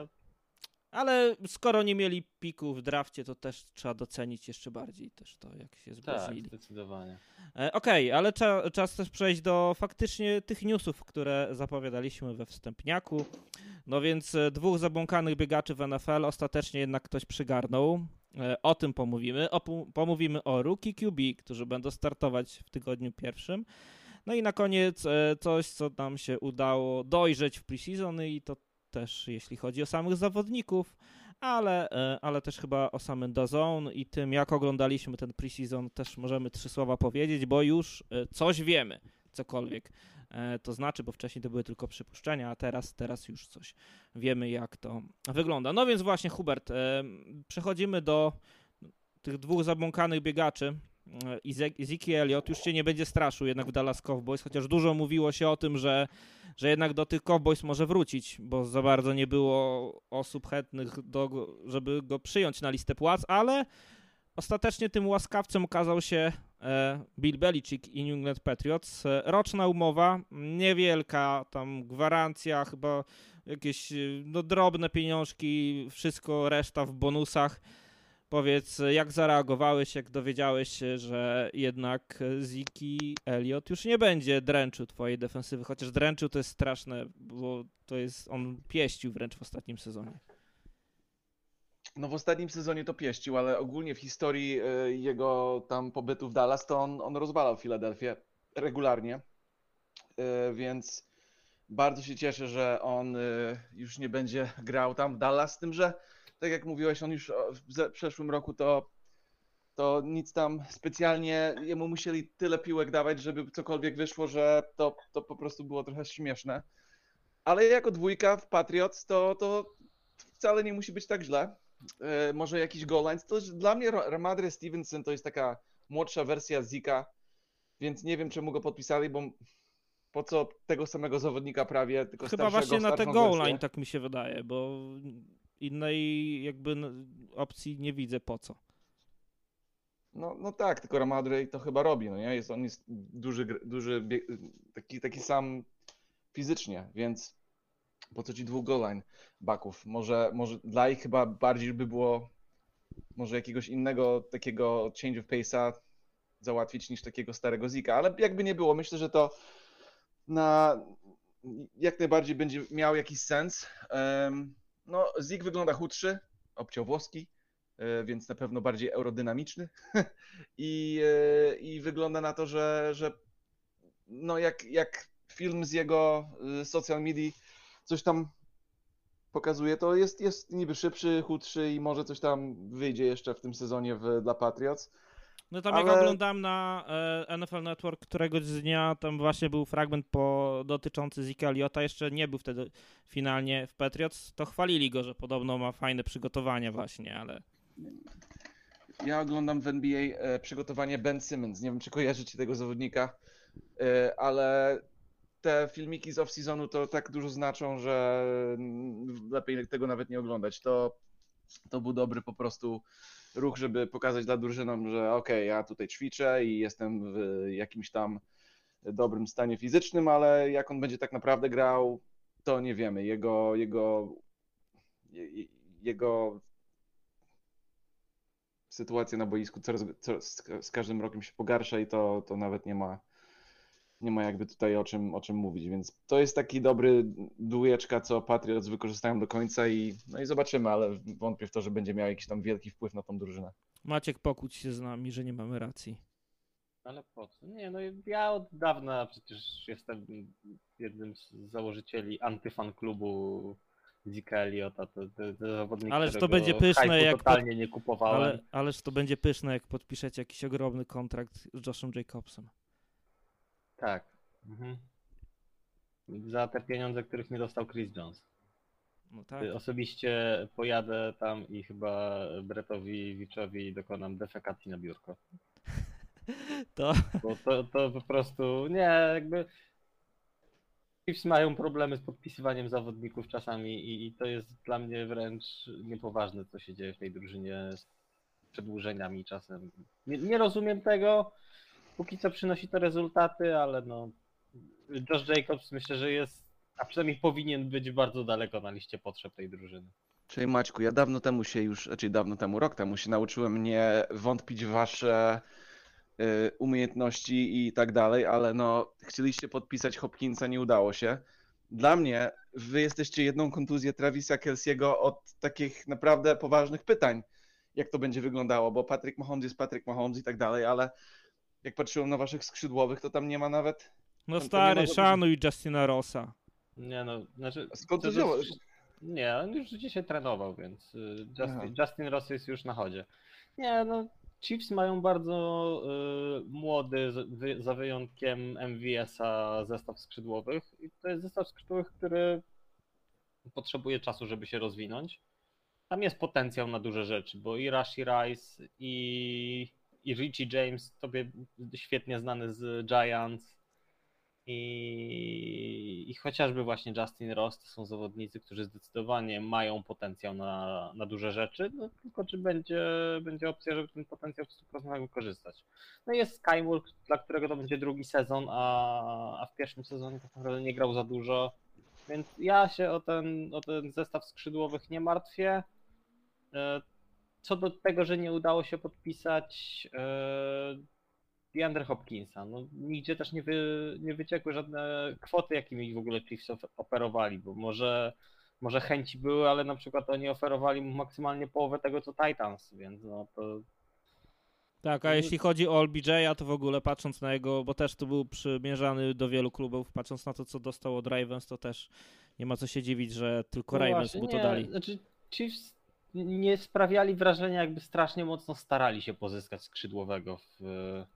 Ale skoro nie mieli piku w drafcie, to też trzeba docenić jeszcze bardziej też to, jak się tak, zgłosili. zdecydowanie. Okej, ale czas też przejść do faktycznie tych newsów, które zapowiadaliśmy we wstępniaku. No więc 2 zabłąkanych biegaczy w NFL ostatecznie jednak ktoś przygarnął. O tym pomówimy. Pomówimy o rookie QB, którzy będą startować w tygodniu pierwszym. No i na koniec coś, co nam się udało dojrzeć w preseason i to też jeśli chodzi o samych zawodników, ale też chyba o samym DAZN i tym, jak oglądaliśmy ten preseason, też możemy 3 słowa powiedzieć, bo już coś wiemy, cokolwiek to znaczy, bo wcześniej to były tylko przypuszczenia, a teraz już coś wiemy, jak to wygląda. No więc właśnie, Hubert, przechodzimy do tych 2 zabłąkanych biegaczy. Zeke Elliott już się nie będzie straszył jednak w Dallas Cowboys, chociaż dużo mówiło się o tym, że jednak do tych Cowboys może wrócić, bo za bardzo nie było osób chętnych, żeby go przyjąć na listę płac, ale ostatecznie tym łaskawcem okazał się Bill Belichick i New England Patriots. Roczna umowa, niewielka, tam gwarancja, chyba jakieś drobne pieniążki, wszystko reszta w bonusach. Powiedz, jak zareagowałeś, jak dowiedziałeś się, że jednak Zeke Elliott już nie będzie dręczył twojej defensywy, chociaż dręczył to jest straszne, bo on pieścił wręcz w ostatnim sezonie. No w ostatnim sezonie to pieścił, ale ogólnie w historii jego tam pobytu w Dallas to on rozwalał Filadelfię regularnie, więc bardzo się cieszę, że on już nie będzie grał tam w Dallas, z tym, że tak jak mówiłeś, on już w przeszłym roku to nic tam specjalnie, jemu musieli tyle piłek dawać, żeby cokolwiek wyszło, że to po prostu było trochę śmieszne. Ale jako 2 w Patriots to wcale nie musi być tak źle. Może jakiś goal line. To dla mnie Ramadre Stevenson to jest taka młodsza wersja Zika, więc nie wiem czemu go podpisali, bo po co tego samego zawodnika prawie, tylko chyba starszego, właśnie na te starszą goal wersję. line, tak mi się wydaje, bo innej jakby opcji nie widzę po co. No tak, tylko Ramadre to chyba robi, no nie? On jest duży taki sam fizycznie, więc po co ci 2 goal line backów? Może dla ich chyba bardziej by było może jakiegoś innego takiego change of pace'a załatwić niż takiego starego Zika, ale jakby nie było, myślę, że to jak najbardziej będzie miał jakiś sens. No Zik wygląda chudszy, obciąwłoski, więc na pewno bardziej aerodynamiczny i wygląda na to, że no jak film z jego social media coś tam pokazuje, to jest niby szybszy, chudszy i może coś tam wyjdzie jeszcze w tym sezonie dla Patriots. No tam jak oglądałem na NFL Network któregoś dnia, tam właśnie był fragment dotyczący Zeke Elliotta, jeszcze nie był wtedy finalnie w Patriots, to chwalili go, że podobno ma fajne przygotowania właśnie, ale... Ja oglądam w NBA przygotowanie Ben Simmons, nie wiem czy kojarzycie tego zawodnika, ale te filmiki z off-seasonu to tak dużo znaczą, że lepiej tego nawet nie oglądać. To był dobry po prostu ruch, żeby pokazać dla drużynom, że okej, ja tutaj ćwiczę i jestem w jakimś tam dobrym stanie fizycznym, ale jak on będzie tak naprawdę grał, to nie wiemy. Jego sytuacja na boisku z każdym rokiem się pogarsza i to nawet nie ma jakby tutaj o czym mówić, więc to jest taki dobry dwójeczka, co Patriots wykorzystają do końca i zobaczymy, ale wątpię w to, że będzie miał jakiś tam wielki wpływ na tą drużynę. Maciek, pokłóć się z nami, że nie mamy racji. Ale po co? Nie, no ja od dawna przecież jestem jednym z założycieli antyfan klubu Zeka Elliotta, to zawodnik, ależ to będzie pyszne, jak totalnie nie kupowałem. Ależ to będzie pyszne, jak podpiszecie jakiś ogromny kontrakt z Joshem Jacobsem. Tak. Mhm. Za te pieniądze, których nie dostał Chris Jones. No tak. Osobiście pojadę tam i chyba Brettowi Wiczowi dokonam defekacji na biurko. To Bo to po prostu nie, jakby Chiefs mają problemy z podpisywaniem zawodników czasami i to jest dla mnie wręcz niepoważne, co się dzieje w tej drużynie z przedłużeniami czasem. Nie rozumiem tego, póki co przynosi to rezultaty, ale no Josh Jacobs myślę, że jest, a przynajmniej powinien być bardzo daleko na liście potrzeb tej drużyny. Czyli Maćku, ja dawno temu się już, znaczy dawno temu, rok temu się nauczyłem nie wątpić w wasze umiejętności i tak dalej, ale no chcieliście podpisać Hopkinsa, nie udało się. Dla mnie wy jesteście jedną kontuzję Travisa Kelce'ego od takich naprawdę poważnych pytań, jak to będzie wyglądało, bo Patrick Mahomes jest Patrick Mahomes i tak dalej, ale jak patrzyłem na waszych skrzydłowych, to tam nie ma nawet... no to stary, nie ma- szanuj Justina Rossa. Nie no, znaczy... Skąd to to wziąłeś? jest- Nie, on już dzisiaj trenował, więc Aha. Justin Ross jest już na chodzie. Nie no, Chiefs mają bardzo młody, za wyjątkiem MVS-a, zestaw skrzydłowych. I to jest zestaw skrzydłowych, który potrzebuje czasu, żeby się rozwinąć. Tam jest potencjał na duże rzeczy, bo i Rashee Rice, i Richie James, tobie świetnie znany z Giants, i chociażby właśnie Justin Ross, to są zawodnicy, którzy zdecydowanie mają potencjał na duże rzeczy, no tylko czy będzie opcja, żeby ten potencjał w 100% wykorzystać. No i jest Skyy Moore, dla którego to będzie drugi sezon, a w pierwszym sezonie tak naprawdę nie grał za dużo, więc ja się o ten zestaw skrzydłowych nie martwię. Co do tego, że nie udało się podpisać DeAndre Hopkinsa, no nigdzie też nie wyciekły żadne kwoty, jakimi w ogóle Chiefs oferowali, bo może chęci były, ale na przykład oni oferowali mu maksymalnie połowę tego, co Titans, więc no to... Tak, a jeśli chodzi o LBJ, to w ogóle patrząc na jego, bo też tu był przymierzany do wielu klubów, patrząc na to, co dostał od Ravens, to też nie ma co się dziwić, że tylko No Ravens właśnie, mu to nie, dali. Znaczy Chiefs nie sprawiali wrażenia, jakby strasznie mocno starali się pozyskać skrzydłowego w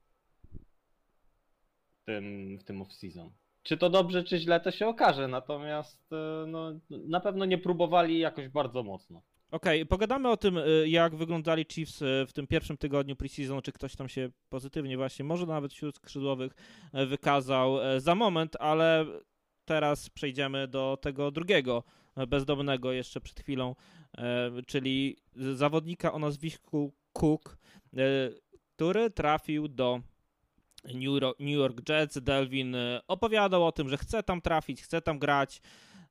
tym off-season. Czy to dobrze, czy źle, to się okaże, natomiast no, na pewno nie próbowali jakoś bardzo mocno. Okej, pogadamy o tym, jak wyglądali Chiefs w tym pierwszym tygodniu preseason, czy ktoś tam się pozytywnie właśnie, może nawet wśród skrzydłowych wykazał za moment, ale teraz przejdziemy do tego drugiego bezdomnego jeszcze przed chwilą, czyli zawodnika o nazwisku Cook, który trafił do New York Jets. Delvin opowiadał o tym, że chce tam trafić, chce tam grać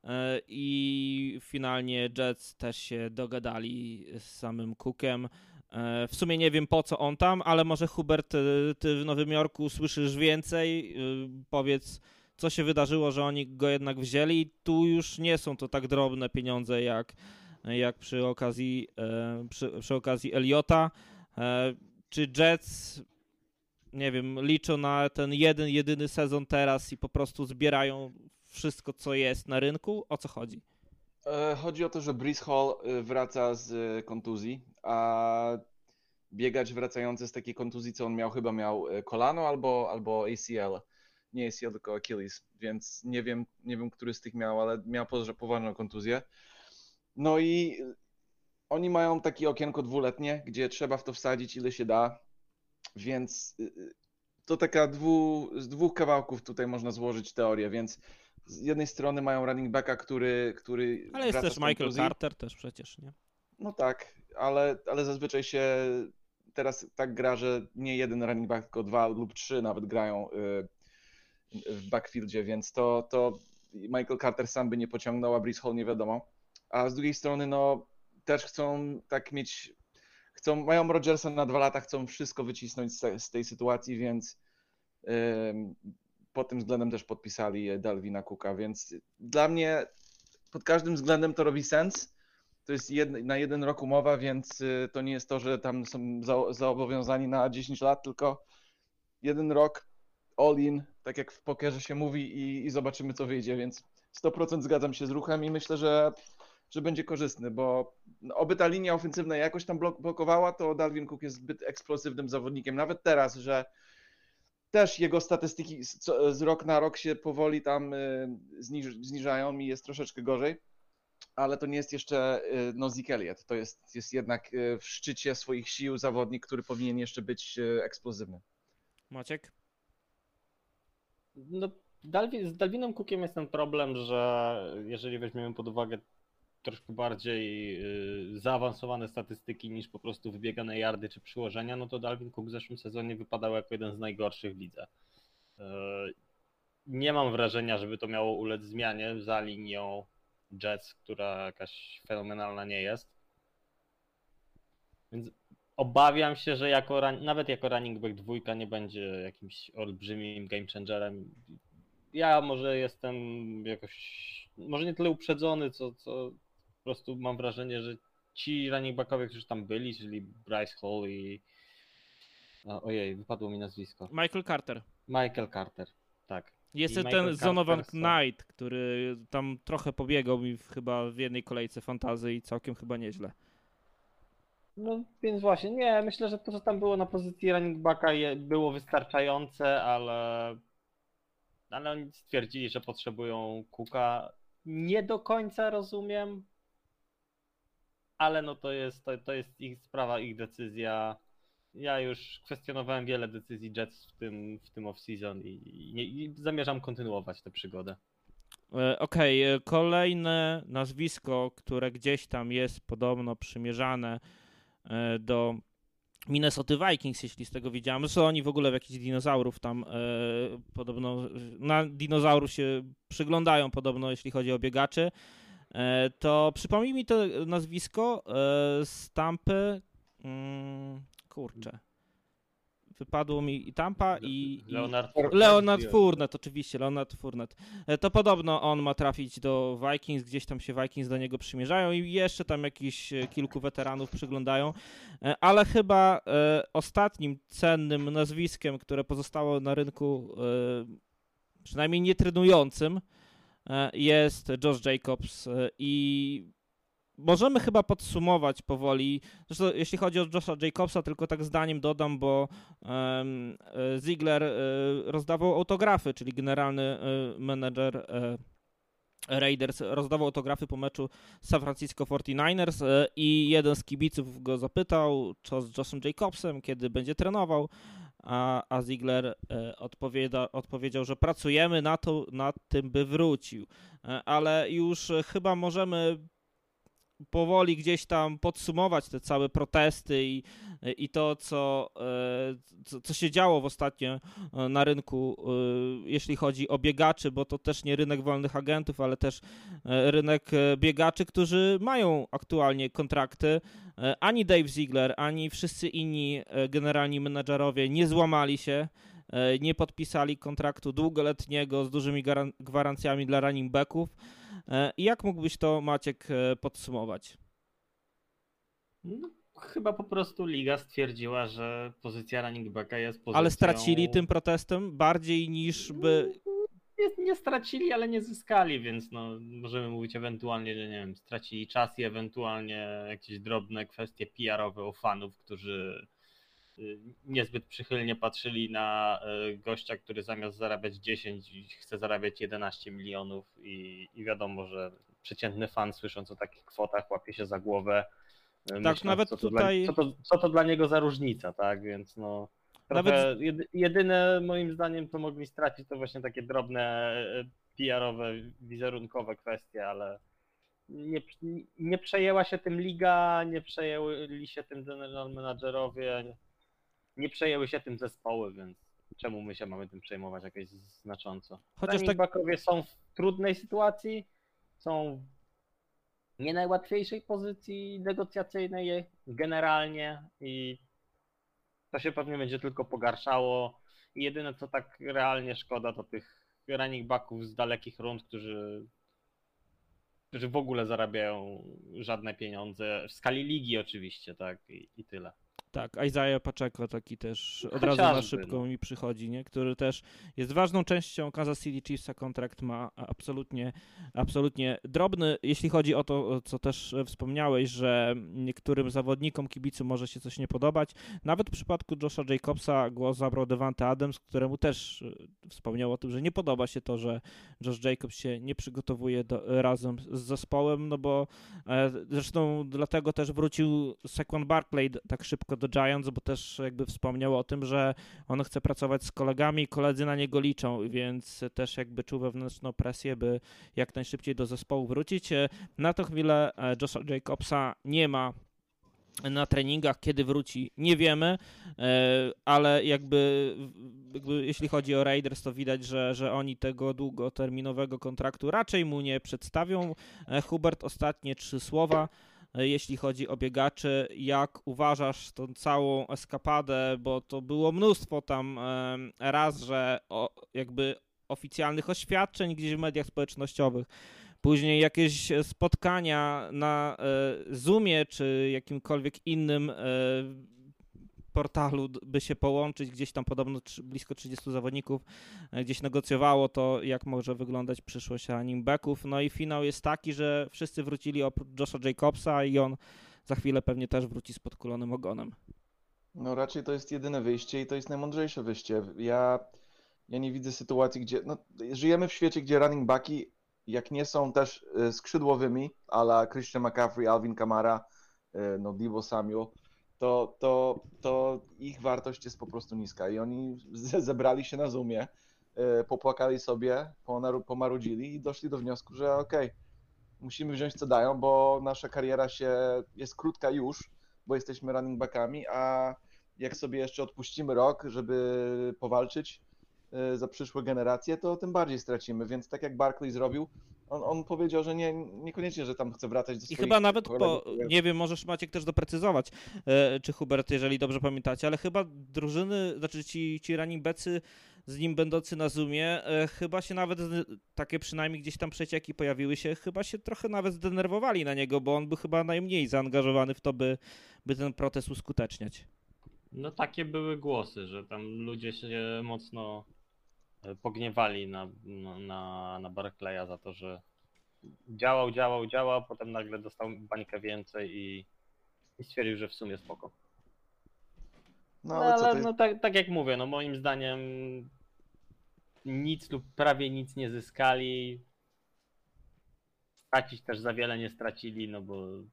i finalnie Jets też się dogadali z samym Cookiem. W sumie nie wiem, po co on tam, ale może Hubert, ty w Nowym Jorku słyszysz więcej. Powiedz, co się wydarzyło, że oni go jednak wzięli. Tu już nie są to tak drobne pieniądze jak przy okazji Eliota. Czy Jets, nie wiem, liczą na ten jedyny sezon teraz i po prostu zbierają wszystko, co jest na rynku? O co chodzi? Chodzi o to, że Breece Hall wraca z kontuzji, a biegacz wracający z takiej kontuzji, co on miał, chyba miał kolano albo ACL. Nie ACL, tylko Achilles, więc nie wiem, który z tych miał, ale miał poważną kontuzję. No i oni mają takie okienko dwuletnie, gdzie trzeba w to wsadzić ile się da, więc to taka z dwóch kawałków tutaj można złożyć teorię, więc z jednej strony mają running backa, który Ale jest wraca też z Michael kontuzji. Carter też przecież, nie? No tak, ale zazwyczaj się teraz tak gra, że nie jeden running back, tylko 2 lub 3 nawet grają w backfieldzie, więc to Michael Carter sam by nie pociągnął, a Breece Hall nie wiadomo. A z drugiej strony no też chcą tak mieć, mają Rodgersa na 2 lata, chcą wszystko wycisnąć z tej sytuacji, więc pod tym względem też podpisali Dalvina Cooka, więc dla mnie pod każdym względem to robi sens. To jest na 1 rok umowa, więc to nie jest to, że tam są zobowiązani na 10 lat, tylko 1 rok all in, tak jak w pokerze się mówi i zobaczymy, co wyjdzie, więc 100% zgadzam się z ruchem i myślę, że będzie korzystny, bo oby ta linia ofensywna jakoś tam blokowała, to Dalvin Cook jest zbyt eksplosywnym zawodnikiem, nawet teraz, że też jego statystyki z rok na rok się powoli tam zniżają i jest troszeczkę gorzej, ale to nie jest jeszcze no, Zeke Elliott. To jest jednak w szczycie swoich sił zawodnik, który powinien jeszcze być eksplozywny. Maciek? No, z Dalvinem Cookiem jest ten problem, że jeżeli weźmiemy pod uwagę troszkę bardziej zaawansowane statystyki niż po prostu wybiegane yardy czy przyłożenia, no to Dalvin Cook w zeszłym sezonie wypadał jako jeden z najgorszych w lidze. Nie mam wrażenia, żeby to miało ulec zmianie za linią Jets, która jakaś fenomenalna nie jest. Więc obawiam się, że nawet jako running back 2 nie będzie jakimś olbrzymim game changerem. Ja może jestem jakoś, może nie tyle uprzedzony, co po prostu mam wrażenie, że ci running backowie, którzy tam byli, czyli Bryce Hall i ojej, wypadło mi nazwisko. Michael Carter, tak. Jest I ten Michael Zonovan Carter Knight, który tam trochę pobiegał mi chyba w jednej kolejce fantasy i całkiem chyba nieźle. No więc właśnie, nie, myślę, że to, co tam było na pozycji running backa było wystarczające, ale oni stwierdzili, że potrzebują Cooka. Nie do końca rozumiem, ale no to jest ich sprawa, ich decyzja. Ja już kwestionowałem wiele decyzji Jets w tym off-season i zamierzam kontynuować tę przygodę. Okej, kolejne nazwisko, które gdzieś tam jest podobno przymierzane do Minnesota Vikings, jeśli z tego widziałem. Zresztą oni w ogóle w jakichś dinozaurów tam podobno, na dinozaurów się przyglądają podobno, jeśli chodzi o biegaczy. To przypomnij mi to nazwisko z Tampy. Kurczę. Wypadło mi i Tampa i Leonard Fournette, oczywiście, Leonard Fournette. To podobno on ma trafić do Vikings, gdzieś tam się Vikings do niego przymierzają i jeszcze tam jakiś kilku weteranów przyglądają, ale chyba ostatnim cennym nazwiskiem, które pozostało na rynku, przynajmniej nie trenującym, jest Josh Jacobs i możemy chyba podsumować powoli, zresztą jeśli chodzi o Josha Jacobsa, tylko tak zdaniem dodam, bo Ziegler rozdawał autografy, czyli generalny menedżer Raiders rozdawał autografy po meczu z San Francisco 49ers i jeden z kibiców go zapytał, co z Joshem Jacobsem, kiedy będzie trenował, a Ziegler odpowiedział, że pracujemy nad tym, by wrócił. Ale już chyba możemy powoli gdzieś tam podsumować te całe protesty i to, co się działo ostatnio na rynku, jeśli chodzi o biegaczy, bo to też nie rynek wolnych agentów, ale też rynek biegaczy, którzy mają aktualnie kontrakty. Ani Dave Ziegler, ani wszyscy inni generalni menadżerowie nie złamali się, nie podpisali kontraktu długoletniego z dużymi gwarancjami dla running backów. I jak mógłbyś to, Maciek, podsumować? No, chyba po prostu liga stwierdziła, że pozycja running backa jest pozycją... Ale stracili tym protestem bardziej niż by... Nie stracili, ale nie zyskali, więc no, możemy mówić ewentualnie, że nie wiem, stracili czas i ewentualnie jakieś drobne kwestie PR-owe u fanów, którzy niezbyt przychylnie patrzyli na gościa, który zamiast zarabiać 10 chce zarabiać 11 milionów i wiadomo, że przeciętny fan słysząc o takich kwotach łapie się za głowę. Tak, myśląc, nawet tutaj... Co to dla niego za różnica, tak, więc no trochę jedyne moim zdaniem to mogli stracić to właśnie takie drobne PR-owe, wizerunkowe kwestie, ale nie przejęła się tym liga, nie przejęli się tym general managerowie, nie przejęły się tym zespoły, więc czemu my się mamy tym przejmować jakoś znacząco? Running backowie są w trudnej sytuacji, są w nie najłatwiejszej pozycji negocjacyjnej generalnie i to się pewnie będzie tylko pogarszało i jedyne co tak realnie szkoda to tych running backów z dalekich rund, którzy w ogóle zarabiają żadne pieniądze, w skali ligi oczywiście, tak i tyle. Tak, Isaiah Pacheco taki też od razu na Chociażby, szybko no. mi przychodzi, nie? Który też jest ważną częścią Kansas City Chiefs, a kontrakt ma absolutnie drobny. Jeśli chodzi o to, co też wspomniałeś, że niektórym zawodnikom, kibicom może się coś nie podobać, nawet w przypadku Josha Jacobsa głos zabrał Devante Adams, któremu też wspomniał o tym, że nie podoba się to, że Josh Jacobs się nie przygotowuje razem z zespołem, no bo zresztą dlatego też wrócił Saquon Barkley tak szybko do Giants, bo też jakby wspomniał o tym, że on chce pracować z kolegami i koledzy na niego liczą, więc też jakby czuł wewnętrzną presję, by jak najszybciej do zespołu wrócić. Na tą chwilę Josha Jacobsa nie ma na treningach, kiedy wróci, nie wiemy, ale jakby jeśli chodzi o Raiders, to widać, że oni tego długoterminowego kontraktu raczej mu nie przedstawią. Hubert, ostatnie 3 słowa. Jeśli chodzi o biegaczy, jak uważasz tą całą eskapadę, bo to było mnóstwo tam raz, że jakby oficjalnych oświadczeń gdzieś w mediach społecznościowych, później jakieś spotkania na Zoomie czy jakimkolwiek innym portalu, by się połączyć, gdzieś tam podobno blisko 30 zawodników gdzieś negocjowało to, jak może wyglądać przyszłość running backów. No i finał jest taki, że wszyscy wrócili oprócz Josha Jacobsa i on za chwilę pewnie też wróci z podkulonym ogonem. No raczej to jest jedyne wyjście i to jest najmądrzejsze wyjście. Ja nie widzę sytuacji, gdzie... No, żyjemy w świecie, gdzie running backi, jak nie są też skrzydłowymi, a la Christian McCaffrey, Alvin Kamara, no Deebo Samuel, to ich wartość jest po prostu niska i oni zebrali się na Zoomie, popłakali sobie, pomarudzili i doszli do wniosku, że okej, musimy wziąć co dają, bo nasza kariera jest krótka już, bo jesteśmy running backami, a jak sobie jeszcze odpuścimy rok, żeby powalczyć za przyszłe generacje, to tym bardziej stracimy, więc tak jak Barkley zrobił, on powiedział, że niekoniecznie, że tam chce wracać do swoich... I chyba nawet nie wiem, możesz Maciek też doprecyzować, czy Hubert, jeżeli dobrze pamiętacie, ale chyba drużyny, znaczy ci running backsy z nim będący na Zoomie, chyba się nawet, takie przynajmniej gdzieś tam przecieki pojawiły się, chyba się trochę nawet zdenerwowali na niego, bo on był chyba najmniej zaangażowany w to, by ten protest uskuteczniać. No takie były głosy, że tam ludzie się mocno pogniewali na Barclaya za to, że działał, potem nagle dostał bańkę więcej i stwierdził, że w sumie spoko. No No, ale co, ale no, tak jak mówię, no moim zdaniem nic lub prawie nic nie zyskali. Stracić też za wiele nie stracili, no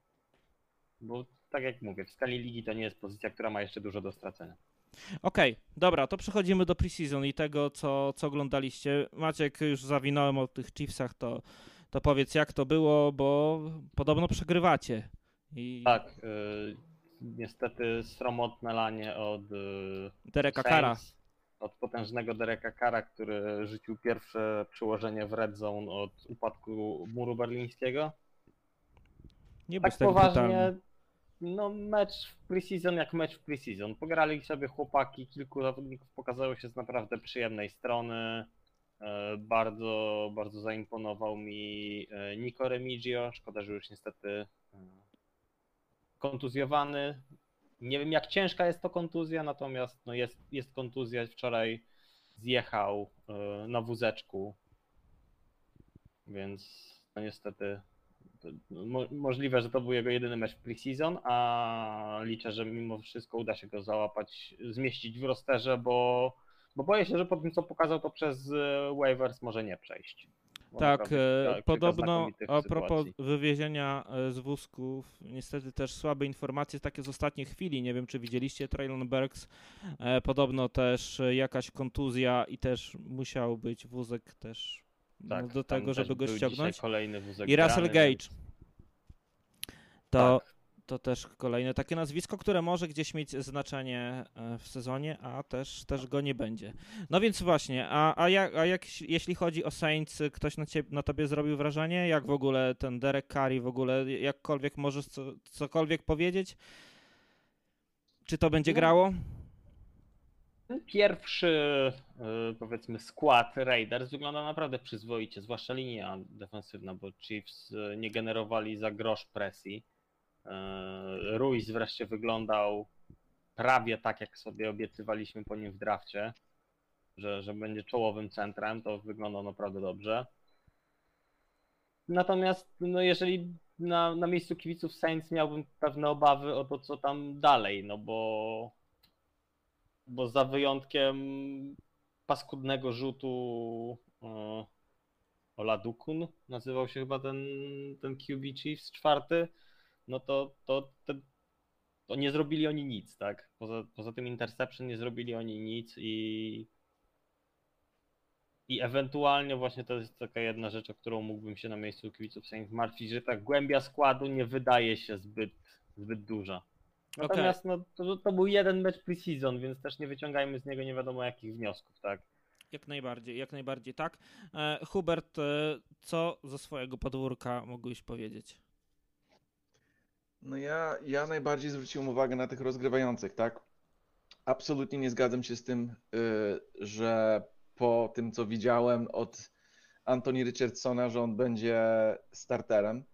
bo tak jak mówię, w skali ligi to nie jest pozycja, która ma jeszcze dużo do stracenia. Okej, dobra, to przechodzimy do preseason i tego, co oglądaliście. Maciek, już zawinąłem o tych Chiefsach, to powiedz, jak to było, bo podobno przegrywacie. Tak, niestety sromotne lanie od Dereka Carra. Saints, od potężnego Dereka Carra, który rzucił pierwsze przyłożenie w red zone od upadku muru berlińskiego. Nie Tak bądź tak poważnie, brutalny. no mecz w preseason jak mecz w preseason. Pograli sobie chłopaki, kilku zawodników pokazało się z naprawdę przyjemnej strony. Bardzo, bardzo zaimponował mi Nico Remigio. Szkoda, że już niestety kontuzjowany. Nie wiem, jak ciężka jest to kontuzja, natomiast no jest kontuzja. Wczoraj zjechał na wózeczku, więc no niestety możliwe, że to był jego jedyny mecz w preseason, a liczę, że mimo wszystko uda się go załapać, zmieścić w rosterze, bo boję się, że po tym, co pokazał, to przez waivers może nie przejść. Tak, podobno a propos sytuacji. wywiezienia z wózków, niestety też słabe informacje takie z ostatniej chwili, nie wiem czy widzieliście, Traylon Burks, podobno też jakaś kontuzja i też musiał być wózek też Tak, do tego, żeby go ściągnąć. Kolejny wózek I Russell grany, Gage. To, tak. to też kolejne takie nazwisko, które może gdzieś mieć znaczenie w sezonie, a też go nie będzie. No więc właśnie, jeśli chodzi o Saints, ktoś na tobie zrobił wrażenie? Jak w ogóle ten Derek Carr, w ogóle jakkolwiek możesz cokolwiek powiedzieć? Czy to będzie grało? Pierwszy, powiedzmy, skład Raiders wygląda naprawdę przyzwoicie, zwłaszcza linia defensywna, bo Chiefs nie generowali za grosz presji. Ruiz wreszcie wyglądał prawie tak, jak sobie obiecywaliśmy po nim w drafcie, że będzie czołowym centrem, to wyglądał naprawdę dobrze. Natomiast no jeżeli na miejscu kibiców Saints miałbym pewne obawy o to, co tam dalej, no bo za wyjątkiem paskudnego rzutu Oladokun, nazywał się chyba ten QB Chiefs 4, no to nie zrobili oni nic, tak? Poza tym interception nie zrobili oni nic i ewentualnie właśnie to jest taka jedna rzecz, o którą mógłbym się na miejscu kibiców Saints martwić, że ta głębia składu nie wydaje się zbyt duża. Natomiast no, to był jeden mecz pre-season, więc też nie wyciągajmy z niego nie wiadomo jakich wniosków, tak? Jak najbardziej tak. Hubert, co ze swojego podwórka mógłbyś powiedzieć? No ja najbardziej zwróciłem uwagę na tych rozgrywających, tak? Absolutnie nie zgadzam się z tym, że po tym, co widziałem od Anthony Richardsona, że on będzie starterem.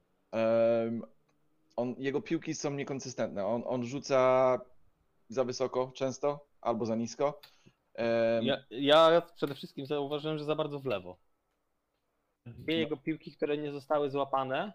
Jego piłki są niekonsystentne. On rzuca za wysoko często albo za nisko. Ja przede wszystkim zauważyłem, że za bardzo w lewo. Dwie jego piłki, które nie zostały złapane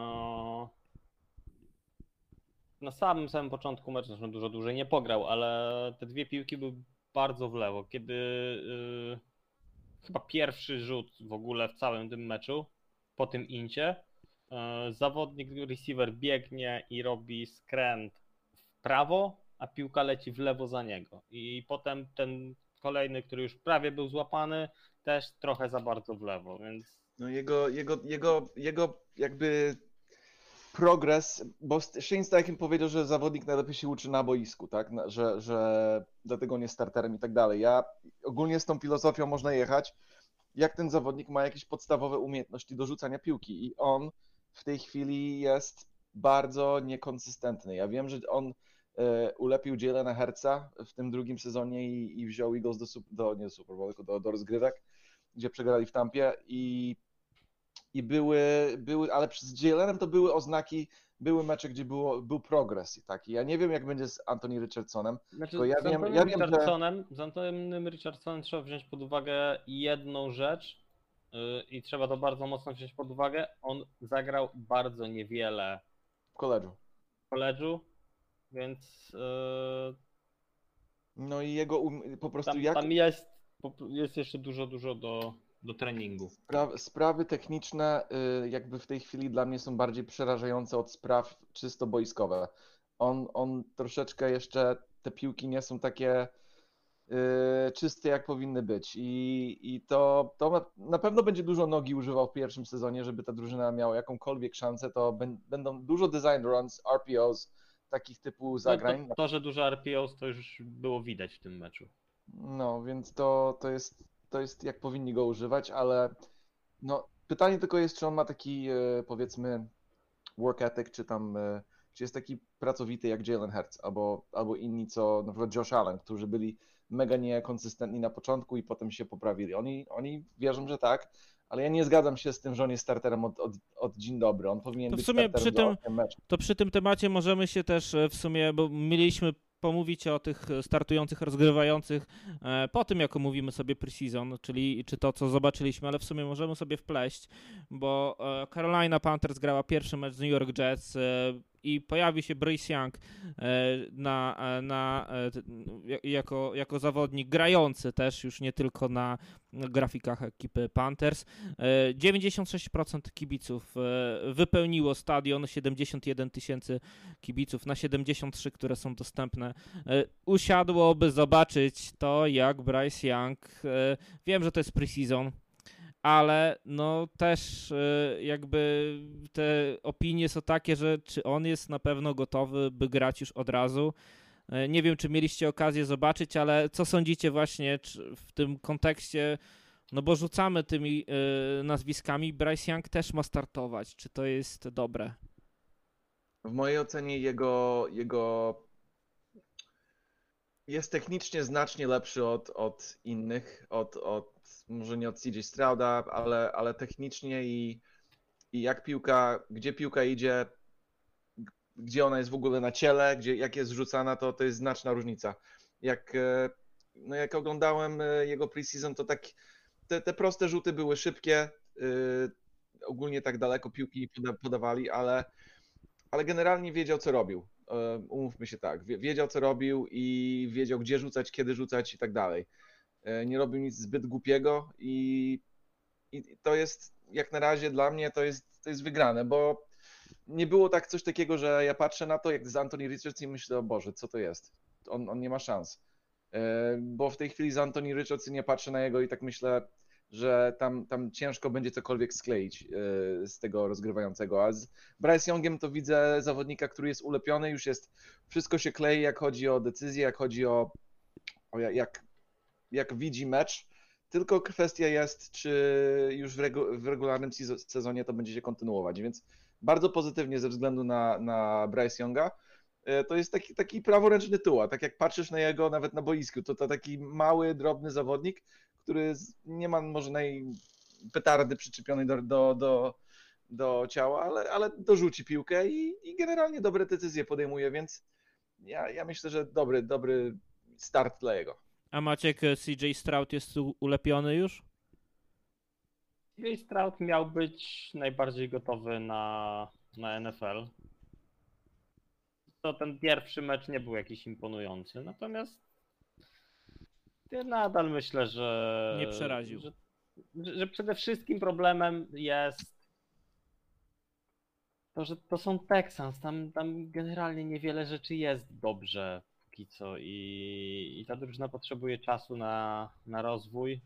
na samym początku meczu, zresztą dużo dłużej nie pograł, ale te dwie piłki były bardzo w lewo. Kiedy chyba pierwszy rzut w ogóle w całym tym meczu, po tym incie, zawodnik, receiver biegnie i robi skręt w prawo, a piłka leci w lewo za niego. I potem ten kolejny, który już prawie był złapany, też trochę za bardzo w lewo, więc... No jego jakby progres, bo Shane Steichen powiedział, że zawodnik najlepiej się uczy na boisku, tak? Że dlatego on jest starterem i tak dalej. Ja ogólnie z tą filozofią można jechać, jak ten zawodnik ma jakieś podstawowe umiejętności do rzucania piłki i on w tej chwili jest bardzo niekonsystentny. Ja wiem, że on ulepił Jalena Hurtsa w tym drugim sezonie i wziął Eagles nie do Super Bowl, tylko do rozgrywek, gdzie przegrali w Tampie i były, ale z Jalenem to były oznaki, były mecze, gdzie był progres i taki. Ja nie wiem, jak będzie z Anthony Richardsonem. Znaczy, Z Antonym Richardsonem trzeba wziąć pod uwagę jedną rzecz i trzeba to bardzo mocno wziąć pod uwagę. On zagrał bardzo niewiele w koledżu, więc no i jego po prostu tam jest jeszcze dużo do treningu. Sprawy techniczne jakby w tej chwili dla mnie są bardziej przerażające od spraw czysto boiskowe. On troszeczkę jeszcze, te piłki nie są takie czyste, jak powinny być i to na pewno będzie dużo nogi używał w pierwszym sezonie, żeby ta drużyna miała jakąkolwiek szansę, to będą dużo design runs, RPOs, takich typu zagrań. To, że dużo RPOs to już było widać w tym meczu. No, więc to jest jak powinni go używać, ale no, pytanie tylko jest, czy on ma taki powiedzmy work ethic, czy jest taki pracowity jak Jalen Hurts albo inni, co na przykład Josh Allen, którzy byli mega niekonsystentni na początku i potem się poprawili. Oni wierzą, że tak, ale ja nie zgadzam się z tym, że on jest starterem od dzień dobry. On powinien być starterem za 8 meczów. To przy tym temacie możemy się też w sumie, bo mieliśmy pomówić o tych startujących, rozgrywających po tym, jak omówimy sobie pre-season, czy to, co zobaczyliśmy, ale w sumie możemy sobie wpleść, bo Carolina Panthers grała pierwszy mecz z New York Jets i pojawi się Bryce Young jako zawodnik grający też, już nie tylko na grafikach ekipy Panthers. 96% kibiców wypełniło stadion, 71 000 kibiców na 73, które są dostępne. Usiadłoby zobaczyć to, jak Bryce Young, wiem, że to jest pre-season, ale no też jakby te opinie są takie, że czy on jest na pewno gotowy, by grać już od razu. Nie wiem, czy mieliście okazję zobaczyć, ale co sądzicie właśnie w tym kontekście, no bo rzucamy tymi nazwiskami, Bryce Young też ma startować. Czy to jest dobre? W mojej ocenie jego jest technicznie znacznie lepszy od innych, może nie od CJ Strouda, ale technicznie i jak gdzie piłka idzie, gdzie ona jest w ogóle na ciele, jak jest rzucana, to jest znaczna różnica. Jak oglądałem jego preseason, to tak te proste rzuty były szybkie, ogólnie tak daleko piłki podawali, ale generalnie wiedział, co robił. Umówmy się tak, wiedział, co robił i wiedział, gdzie rzucać, kiedy rzucać i tak dalej. Nie robił nic zbyt głupiego i to jest, jak na razie dla mnie, to jest wygrane, bo nie było coś takiego, że ja patrzę na to, jak z Anthony Richards i myślę, o Boże, co to jest? On nie ma szans. Bo w tej chwili z Anthony Richards nie patrzę na jego i tak myślę, że tam ciężko będzie cokolwiek skleić z tego rozgrywającego, a z Bryce Youngiem to widzę zawodnika, który jest ulepiony, już wszystko się klei, jak chodzi o decyzję, jak chodzi o jak widzi mecz, tylko kwestia jest, czy już w regularnym sezonie to będzie się kontynuować, więc bardzo pozytywnie ze względu na Bryce Younga. To jest taki praworęczny tuła, tak jak patrzysz na jego nawet na boisku, to taki mały, drobny zawodnik, który nie ma może petardy przyczepionej do ciała, ale dorzuci piłkę i generalnie dobre decyzje podejmuje, więc ja myślę, że dobry start dla jego. A Maciek, CJ Stroud jest ulepiony już? CJ Stroud miał być najbardziej gotowy na NFL. To ten pierwszy mecz nie był jakiś imponujący, natomiast ja nadal myślę, że Nie przeraził. Że przede wszystkim problemem jest to, że to są Texans. Tam generalnie niewiele rzeczy jest dobrze póki co i ta drużyna potrzebuje czasu na rozwój.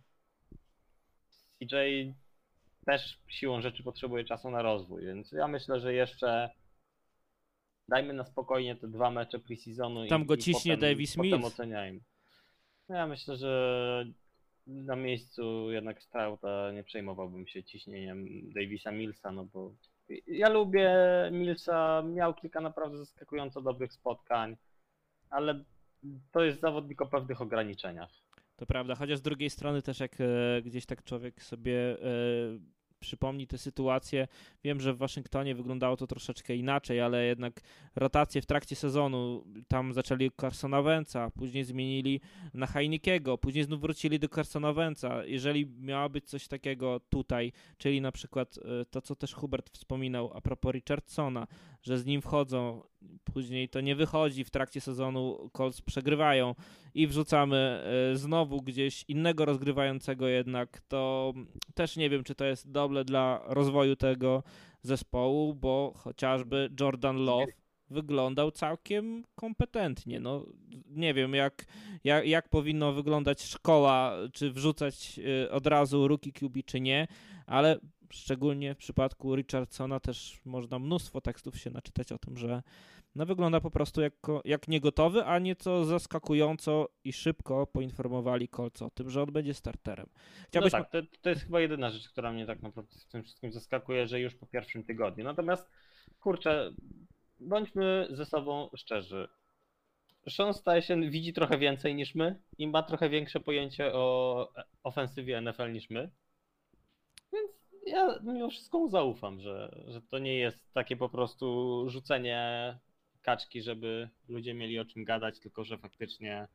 CJ też siłą rzeczy potrzebuje czasu na rozwój, więc ja myślę, że jeszcze dajmy na spokojnie te 2 mecze preseasonu tam go ciśnie potem, Davis potem Mills. oceniajmy. No ja myślę, że na miejscu jednak Strouda nie przejmowałbym się ciśnieniem Davisa Millsa, no bo ja lubię Millsa, miał kilka naprawdę zaskakująco dobrych spotkań, ale to jest zawodnik o pewnych ograniczeniach. To prawda, chociaż z drugiej strony też jak gdzieś tak człowiek sobie przypomni tę sytuację, wiem, że w Waszyngtonie wyglądało to troszeczkę inaczej, ale jednak rotacje w trakcie sezonu, tam zaczęli Carsona Wentz'a, później zmienili na Heinickiego, później znów wrócili do Carsona Wentz'a. Jeżeli miało być coś takiego tutaj, czyli na przykład to, co też Hubert wspominał a propos Richardsona, że z nim wchodzą, później to nie wychodzi, w trakcie sezonu Colts przegrywają i wrzucamy znowu gdzieś innego rozgrywającego jednak, to też nie wiem, czy to jest dobre dla rozwoju tego zespołu, bo chociażby Jordan Love wyglądał całkiem kompetentnie. No, nie wiem, jak powinno wyglądać szkoła, czy wrzucać od razu rookie QB, czy nie, ale szczególnie w przypadku Richardsona też można mnóstwo tekstów się naczytać o tym, że no wygląda po prostu jak niegotowy, a nieco zaskakująco i szybko poinformowali Colts o tym, że on będzie starterem. No tak, to jest chyba jedyna rzecz, która mnie tak naprawdę w tym wszystkim zaskakuje, że już po pierwszym tygodniu. Natomiast, kurczę, bądźmy ze sobą szczerzy. Sean Steichen widzi trochę więcej niż my i ma trochę większe pojęcie o ofensywie NFL niż my. Więc ja mimo wszystko mu zaufam, że to nie jest takie po prostu rzucenie kaczki, żeby ludzie mieli o czym gadać, tylko że faktycznie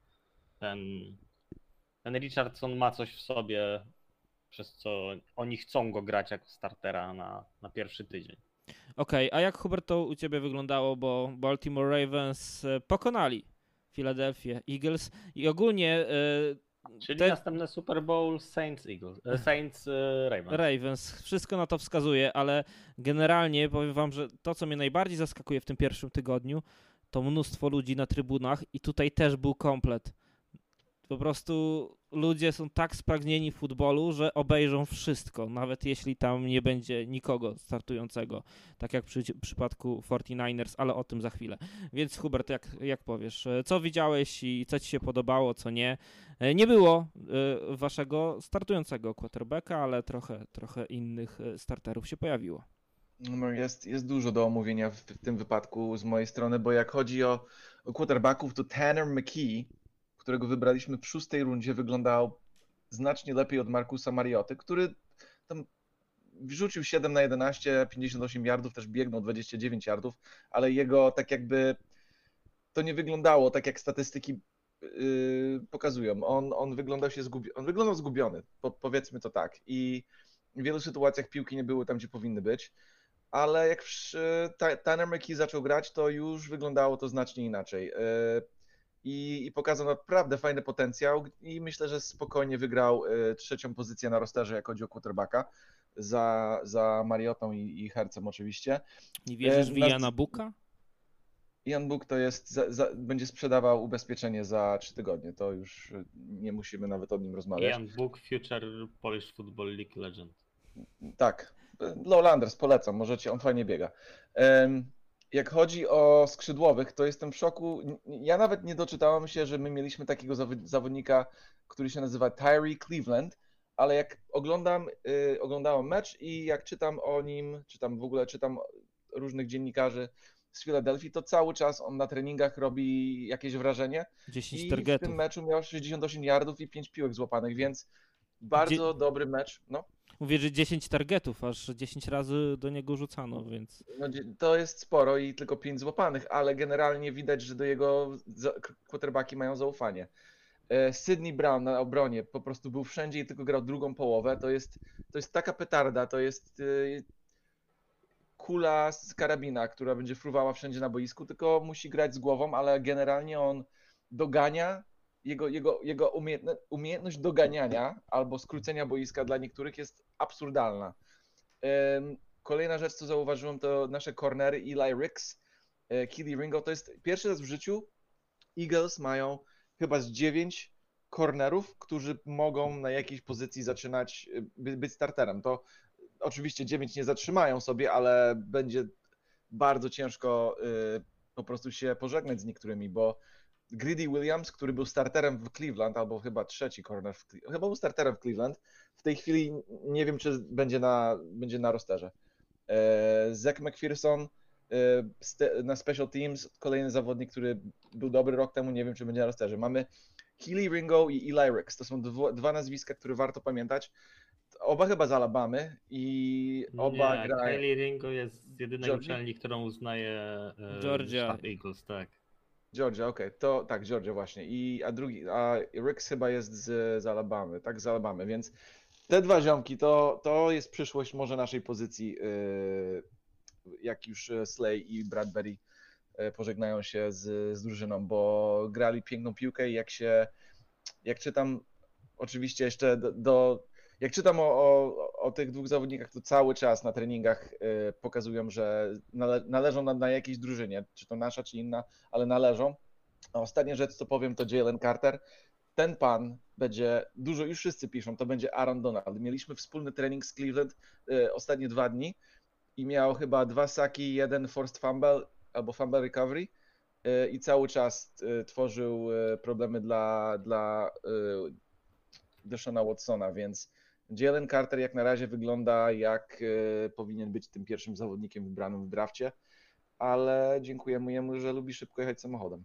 ten Richardson ma coś w sobie, przez co oni chcą go grać jako startera na pierwszy tydzień. Okej, a jak Hubert to u Ciebie wyglądało, bo Baltimore Ravens pokonali Philadelphia Eagles i ogólnie... Czyli następny Super Bowl Saints Ravens. Ravens, wszystko na to wskazuje, ale generalnie powiem wam, że to, co mnie najbardziej zaskakuje w tym pierwszym tygodniu, to mnóstwo ludzi na trybunach i tutaj też był komplet. Po prostu ludzie są tak spragnieni futbolu, że obejrzą wszystko, nawet jeśli tam nie będzie nikogo startującego, tak jak w przypadku 49ers, ale o tym za chwilę. Więc Hubert, jak powiesz, co widziałeś i co ci się podobało, co nie? Nie było waszego startującego quarterbacka, ale trochę innych starterów się pojawiło. No jest dużo do omówienia w tym wypadku z mojej strony, bo jak chodzi o quarterbacków, to Tanner McKee, którego wybraliśmy w 6. rundzie, wyglądał znacznie lepiej od Marcusa Marioty, który tam wrzucił 7 na 11, 58 yardów, też biegnął 29 yardów, ale jego tak jakby to nie wyglądało tak, jak statystyki pokazują. On wyglądał zgubiony, powiedzmy to tak. I w wielu sytuacjach piłki nie były tam, gdzie powinny być, ale jak Tanner McKee zaczął grać, to już wyglądało to znacznie inaczej. I pokazał naprawdę fajny potencjał i myślę, że spokojnie wygrał trzecią pozycję na rosterze, jak chodzi o quarterbacka, za Mariotą i Hercem oczywiście. Nie wierzysz w Iana Booka? Ian Book to jest, będzie sprzedawał ubezpieczenie za 3 tygodnie, to już nie musimy nawet o nim rozmawiać. Ian Book, Future Polish Football League Legend. Tak, Lowlanders polecam, możecie, on fajnie biega. Jak chodzi o skrzydłowych, to jestem w szoku. Ja nawet nie doczytałem się, że my mieliśmy takiego zawodnika, który się nazywa Tyree Cleveland, ale jak oglądałem mecz i jak czytam o nim, czytam różnych dziennikarzy z Filadelfii, to cały czas on na treningach robi jakieś wrażenie. 10 I targetów. w tym meczu miał 68 yardów i 5 piłek złapanych, więc bardzo dobry mecz. No. Mówię, że 10 targetów, aż 10 razy do niego rzucano, więc... No, to jest sporo i tylko 5 złapanych, ale generalnie widać, że do jego quarterbacki mają zaufanie. Sydney Brown na obronie po prostu był wszędzie i tylko grał drugą połowę. To jest taka petarda, to jest kula z karabina, która będzie fruwała wszędzie na boisku, tylko musi grać z głową, ale generalnie on dogania. Jego umiejętność doganiania albo skrócenia boiska dla niektórych jest absurdalna. Kolejna rzecz, co zauważyłem, to nasze cornery Eli Ricks, Keely Ringo. To jest pierwszy raz w życiu Eagles mają chyba z 9 cornerów, którzy mogą na jakiejś pozycji zaczynać być starterem. To oczywiście 9 nie zatrzymają sobie, ale będzie bardzo ciężko po prostu się pożegnać z niektórymi, bo Greedy Williams, który był starterem w Cleveland, albo chyba trzeci corner, chyba był starterem w Cleveland, w tej chwili nie wiem, czy będzie na rosterze. Zach McPherson na Special Teams, kolejny zawodnik, który był dobry rok temu, nie wiem, czy będzie na rosterze. Mamy Keely Ringo i Eli Ricks, to są dwa nazwiska, które warto pamiętać. Oba chyba z Alabamy i oba grają. Keely Ringo jest jedynej uczelni, którą uznaje Georgia Eagles, tak. Georgia, okej, to tak, Georgia właśnie. A Ricks chyba jest z Alabamy, tak, z Alabamy, więc te dwa ziomki to jest przyszłość może naszej pozycji, jak już Slay i Bradbury pożegnają się z drużyną, bo grali piękną piłkę i jak czytam oczywiście jeszcze jak czytam o tych dwóch zawodnikach, to cały czas na treningach pokazują, że należą na jakiejś drużynie, czy to nasza, czy inna, ale należą. A ostatnia rzecz, co powiem, to Jalen Carter. Ten pan będzie, dużo już wszyscy piszą, to będzie Aaron Donald. Mieliśmy wspólny trening z Cleveland ostatnie 2 dni i miał chyba 2 saki, 1 forced fumble albo fumble recovery i cały czas tworzył problemy dla Deshana Watsona, więc Jalen Carter jak na razie wygląda jak powinien być tym pierwszym zawodnikiem wybranym w drafcie, ale dziękujemy jemu, że lubi szybko jechać samochodem.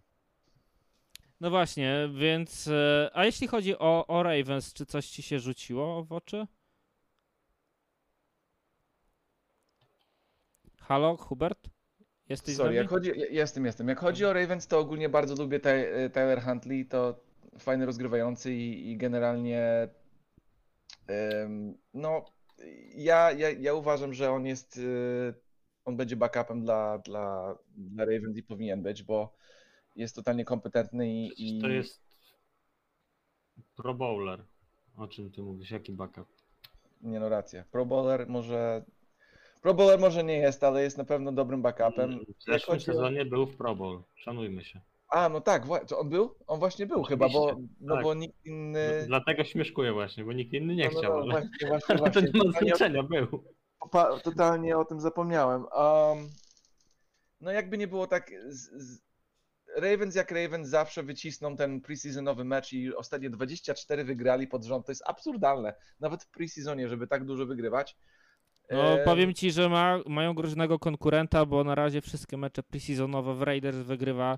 No właśnie, więc... A jeśli chodzi o Ravens, czy coś ci się rzuciło w oczy? Halo, Hubert? Jesteś Sorry, z nami? jestem. Jak chodzi o Ravens, to ogólnie bardzo lubię Tyler Huntley, to fajny rozgrywający i generalnie no ja uważam, że on będzie backupem dla Ravens i powinien być, bo jest totalnie kompetentny i... To jest Pro Bowler. O czym ty mówisz? Jaki backup? Nie no, racja. Pro Bowler może nie jest, ale jest na pewno dobrym backupem. W zeszłym sezonie był w Pro Bowl. Szanujmy się. A, no tak, on był? On właśnie był chyba, bo nikt inny... Dlatego śmieszkuję właśnie, bo nikt inny nie chciał. No, właśnie. To nie ma znaczenia, był. Totalnie o tym zapomniałem. No jakby nie było tak... Ravens zawsze wycisną ten preseasonowy mecz i ostatnie 24 wygrali pod rząd. To jest absurdalne. Nawet w preseasonie, żeby tak dużo wygrywać. No, powiem ci, że mają groźnego konkurenta, bo na razie wszystkie mecze preseasonowe w Raiders wygrywa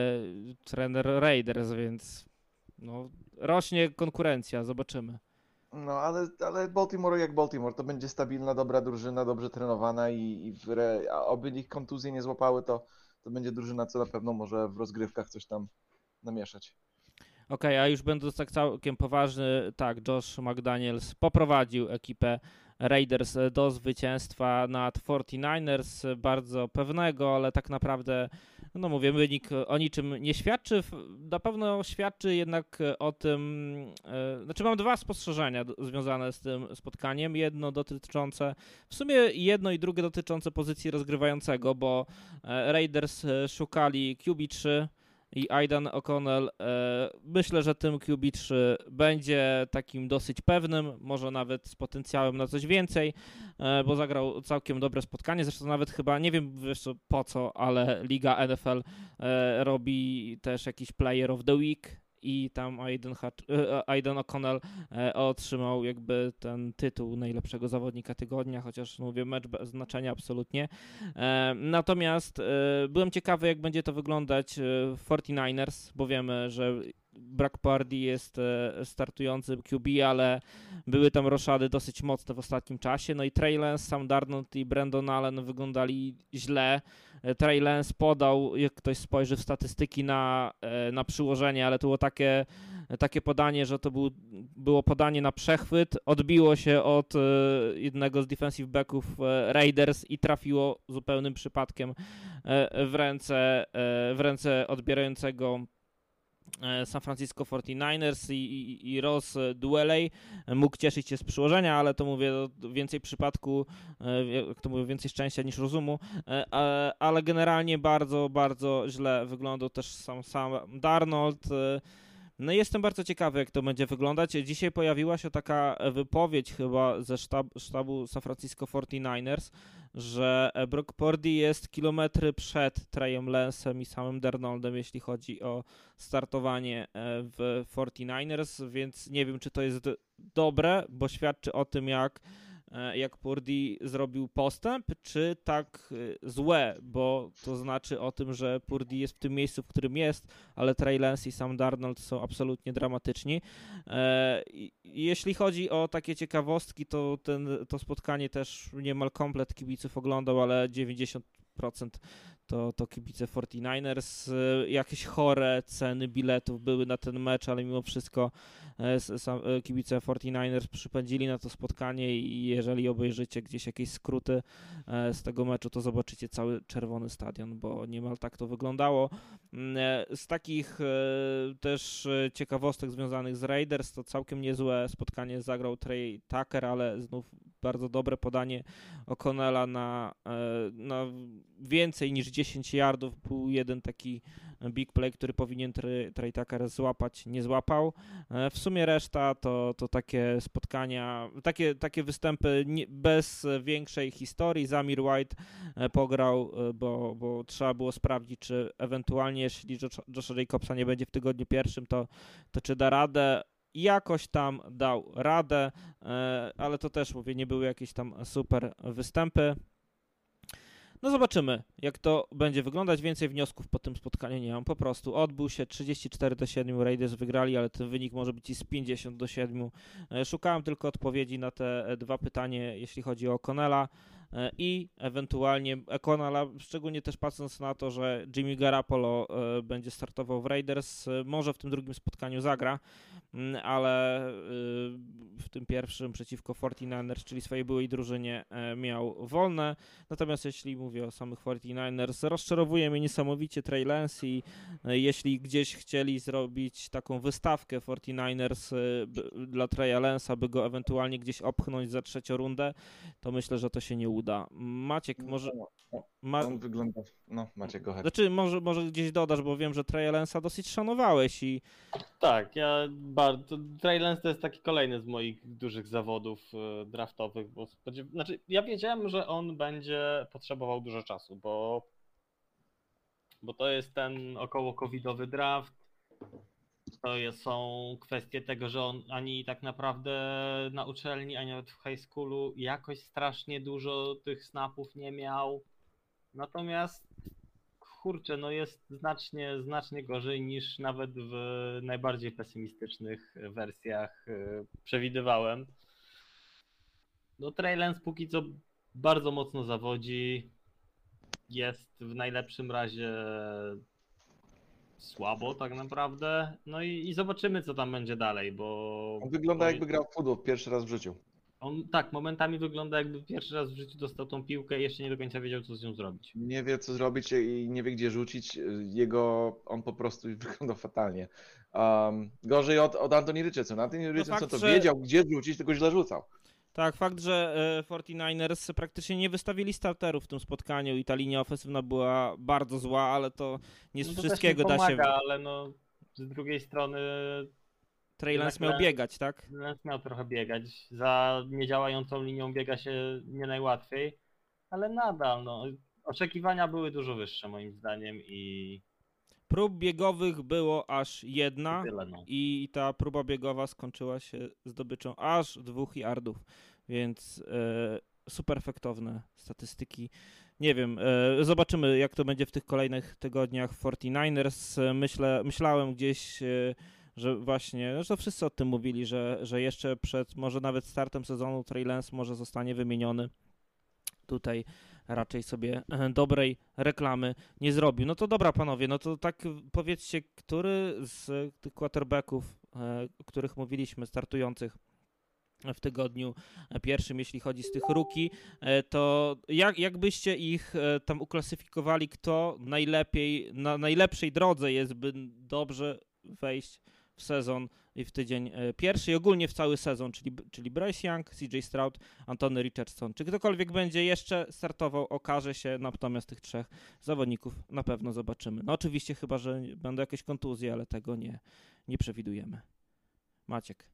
trener Raiders, więc no, rośnie konkurencja, zobaczymy. No, ale Baltimore jak Baltimore, to będzie stabilna, dobra drużyna, dobrze trenowana a oby ich kontuzje nie złapały, to będzie drużyna, co na pewno może w rozgrywkach coś tam namieszać. Okej, a już będąc tak całkiem poważny, tak, Josh McDaniels poprowadził ekipę Raiders do zwycięstwa nad 49ers, bardzo pewnego, ale tak naprawdę, no mówię, wynik o niczym nie świadczy. Na pewno świadczy jednak o tym, znaczy mam dwa spostrzeżenia związane z tym spotkaniem. Jedno dotyczące, w sumie jedno i drugie dotyczące pozycji rozgrywającego, bo Raiders szukali QB3, i Aidan O'Connell, myślę, że tym QB3 będzie takim dosyć pewnym, może nawet z potencjałem na coś więcej, bo zagrał całkiem dobre spotkanie, zresztą nawet chyba, nie wiem wiesz po co, ale Liga NFL robi też jakiś Player of the Week i tam Aidan O'Connell otrzymał jakby ten tytuł najlepszego zawodnika tygodnia, chociaż mówię, mecz bez znaczenia absolutnie. Natomiast byłem ciekawy, jak będzie to wyglądać w 49ers, bo wiemy, że Brock Purdy jest startującym QB, ale były tam roszady dosyć mocne w ostatnim czasie. No i Trey Lance, Sam Darnold i Brandon Allen wyglądali źle. Trey Lance podał, jak ktoś spojrzy w statystyki na przyłożenie, ale to było takie podanie, że to było podanie na przechwyt, odbiło się od jednego z defensive backów Raiders i trafiło zupełnym przypadkiem w ręce odbierającego San Francisco 49ers i Ross Dwelley mógł cieszyć się z przyłożenia, ale to mówię, więcej przypadku, jak to mówię, więcej szczęścia niż rozumu, ale generalnie bardzo, bardzo źle wyglądał też sam Darnold. No i jestem bardzo ciekawy, jak to będzie wyglądać. Dzisiaj pojawiła się taka wypowiedź chyba ze sztabu San Francisco 49ers, że Brock Purdy jest kilometry przed Treyem Lance'em i samym Darnoldem, jeśli chodzi o startowanie w 49ers, więc nie wiem, czy to jest dobre, bo świadczy o tym, jak Purdy zrobił postęp, czy tak złe, bo to znaczy o tym, że Purdy jest w tym miejscu, w którym jest, ale Trey Lance i Sam Darnold są absolutnie dramatyczni. Jeśli chodzi o takie ciekawostki, to to spotkanie też niemal komplet kibiców oglądał, ale 90% to kibice 49ers. Jakieś chore ceny biletów były na ten mecz, ale mimo wszystko kibice 49ers przypędzili na to spotkanie i jeżeli obejrzycie gdzieś jakieś skróty z tego meczu, to zobaczycie cały czerwony stadion, bo niemal tak to wyglądało. Z takich też ciekawostek związanych z Raiders, to całkiem niezłe spotkanie zagrał Trey Tucker, ale znów bardzo dobre podanie O'Connella na więcej niż 10 yardów. Był jeden taki big play, który powinien Trey Tucker złapać, nie złapał. W sumie reszta to takie spotkania, takie występy bez większej historii. Zamir White pograł, bo trzeba było sprawdzić, czy ewentualnie, jeśli Josha Jacobsa nie będzie w tygodniu pierwszym, to czy da radę. Jakoś tam dał radę, ale to też, mówię, nie były jakieś tam super występy. No zobaczymy, jak to będzie wyglądać. Więcej wniosków po tym spotkaniu nie mam. Po prostu odbył się 34-7, Raiders wygrali, ale ten wynik może być i z 50-7. Szukałem tylko odpowiedzi na te dwa pytania, jeśli chodzi o O'Connella i ewentualnie O'Connella, szczególnie też patrząc na to, że Jimmy Garoppolo będzie startował w Raiders, może w tym drugim spotkaniu zagra, ale w tym pierwszym przeciwko 49ers, czyli swojej byłej drużynie, miał wolne. Natomiast jeśli mówię o samych 49ers, rozczarowuje mnie niesamowicie Trey Lance i jeśli gdzieś chcieli zrobić taką wystawkę 49ers dla Treya Lance'a, by go ewentualnie gdzieś opchnąć za trzecią rundę, to myślę, że to się nie uda. Maciek, może... On wygląda... No, Maciek, go ahead. Znaczy, może gdzieś dodasz, bo wiem, że Treya Lance'a dosyć szanowałeś i... Tak, Trey Lance to jest taki kolejny z moich dużych zawodów draftowych, bo znaczy ja wiedziałem, że on będzie potrzebował dużo czasu, bo to jest ten około covidowy draft. Są kwestie tego, że on ani tak naprawdę na uczelni, ani nawet w high schoolu jakoś strasznie dużo tych snapów nie miał. Natomiast kurczę, no jest znacznie gorzej niż nawet w najbardziej pesymistycznych wersjach przewidywałem. No Trey Lance póki co bardzo mocno zawodzi, jest w najlepszym razie słabo tak naprawdę, no i zobaczymy co tam będzie dalej, bo... On wygląda jakby grał w futbol pierwszy raz w życiu. On tak, momentami wygląda jakby pierwszy raz w życiu dostał tą piłkę i jeszcze nie do końca wiedział co z nią zrobić. Nie wie co zrobić i nie wie gdzie rzucić. On po prostu wygląda fatalnie. Gorzej od Anthony Richardson. Anthony Richardson to wiedział gdzie rzucić, tylko źle rzucał. Tak, fakt, że 49ers praktycznie nie wystawili starterów w tym spotkaniu i ta linia ofensywna była bardzo zła, ale to nie z wszystkiego da się... ale no z drugiej strony... Trey Lance miał biegać, tak? Lance miał trochę biegać. Za niedziałającą linią biega się nie najłatwiej, ale nadal, no, oczekiwania były dużo wyższe moim zdaniem i... Prób biegowych było aż jedna tyle, no. I ta próba biegowa skończyła się zdobyczą aż 2 yardów, więc super efektowne statystyki. Nie wiem, zobaczymy jak to będzie w tych kolejnych tygodniach 49ers. Myślałem gdzieś, że właśnie, że wszyscy o tym mówili, że jeszcze przed może nawet startem sezonu Trey Lance może zostanie wymieniony. Tutaj raczej sobie dobrej reklamy nie zrobił. No to dobra panowie, no to tak powiedzcie, który z tych quarterbacków, o których mówiliśmy, startujących w tygodniu pierwszym, jeśli chodzi z tych rookie, to jak byście ich tam uklasyfikowali, kto na najlepszej drodze jest, by dobrze wejść w sezon i w tydzień pierwszy i ogólnie w cały sezon, czyli Bryce Young, CJ Stroud, Anthony Richardson. Czy ktokolwiek będzie jeszcze startował, okaże się, natomiast tych 3 zawodników na pewno zobaczymy. No oczywiście chyba, że będą jakieś kontuzje, ale tego nie przewidujemy. Maciek.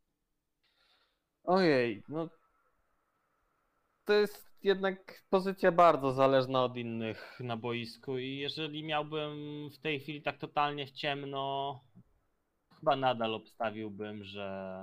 Ojej, no to jest jednak pozycja bardzo zależna od innych na boisku i jeżeli miałbym w tej chwili tak totalnie w ciemno, chyba nadal obstawiłbym, że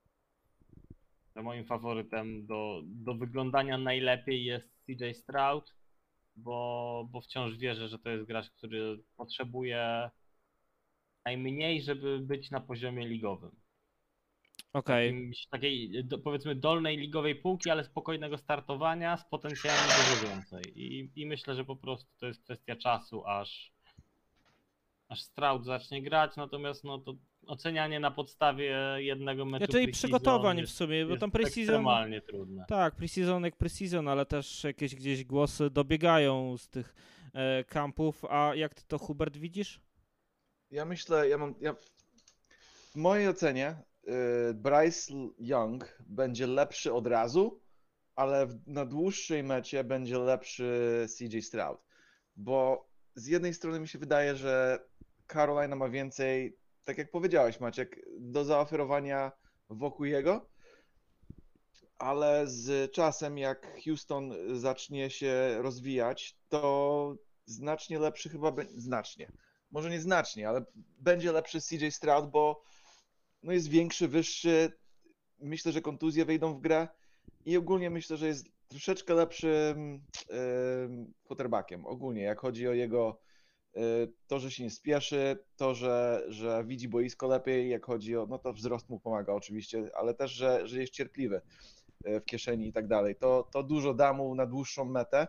moim faworytem do wyglądania najlepiej jest CJ Stroud, bo wciąż wierzę, że to jest gracz, który potrzebuje najmniej, żeby być na poziomie ligowym. Okej. Takiej powiedzmy dolnej ligowej półki, ale spokojnego startowania z potencjałem dużo więcej. I myślę, że po prostu to jest kwestia czasu, aż Stroud zacznie grać, natomiast no to ocenianie na podstawie jednego meczu Czyli przygotowań w sumie, bo tam preseason ekstremalnie trudne. Tak, preseason jak preseason, ale też jakieś gdzieś głosy dobiegają z tych kampów. A jak ty to, Hubert, widzisz? Ja myślę, w mojej ocenie Bryce Young będzie lepszy od razu, ale na dłuższej mecie będzie lepszy CJ Stroud, bo z jednej strony mi się wydaje, że Carolina ma więcej, tak jak powiedziałeś Maciek, do zaoferowania wokół jego, ale z czasem jak Houston zacznie się rozwijać, to znacznie lepszy chyba znacznie, może nie znacznie, ale będzie lepszy CJ Stroud, bo no jest większy, wyższy, myślę, że kontuzje wejdą w grę i ogólnie myślę, że jest troszeczkę lepszym quarterbackiem. Ogólnie, jak chodzi o jego to, że się nie spieszy, to, że widzi boisko lepiej, jak chodzi o, no to wzrost mu pomaga oczywiście, ale też, że jest cierpliwy w kieszeni i tak dalej. To dużo da mu na dłuższą metę.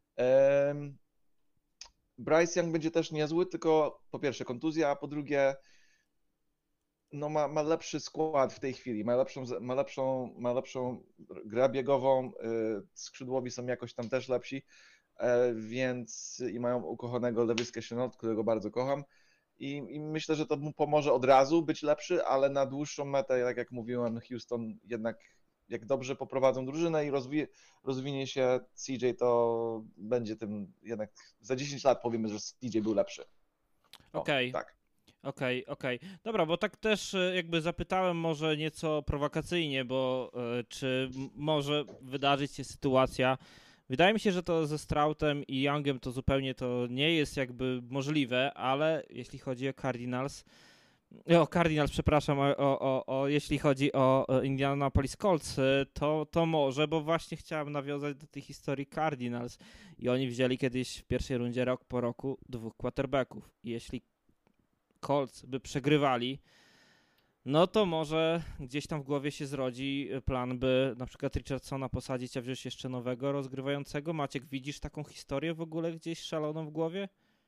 Bryce Young będzie też niezły, tylko po pierwsze kontuzja, a po drugie no ma lepszy skład w tej chwili, ma lepszą grę biegową, skrzydłowi są jakoś tam też lepsi, więc i mają ukochanego Laviska Shenault, którego bardzo kocham i myślę, że to mu pomoże od razu być lepszy, ale na dłuższą metę, tak jak mówiłem, Houston jednak jak dobrze poprowadzą drużynę i rozwinie się CJ, to będzie tym jednak za 10 lat powiemy, że CJ był lepszy. Okej. Tak. Okej. Dobra, bo tak też jakby zapytałem może nieco prowokacyjnie, bo czy może wydarzyć się sytuacja, wydaje mi się, że to ze Stroudem i Youngiem to zupełnie to nie jest jakby możliwe, ale jeśli chodzi o Cardinals, O Cardinals, przepraszam, jeśli chodzi o Indianapolis Colts, to może, bo właśnie chciałem nawiązać do tej historii Cardinals i oni wzięli kiedyś w pierwszej rundzie rok po roku 2 quarterbacków. I jeśli Colts by przegrywali, no to może gdzieś tam w głowie się zrodzi plan, by na przykład Richardsona posadzić, a wziąć jeszcze nowego rozgrywającego. Maciek, widzisz taką historię w ogóle gdzieś szaloną w głowie?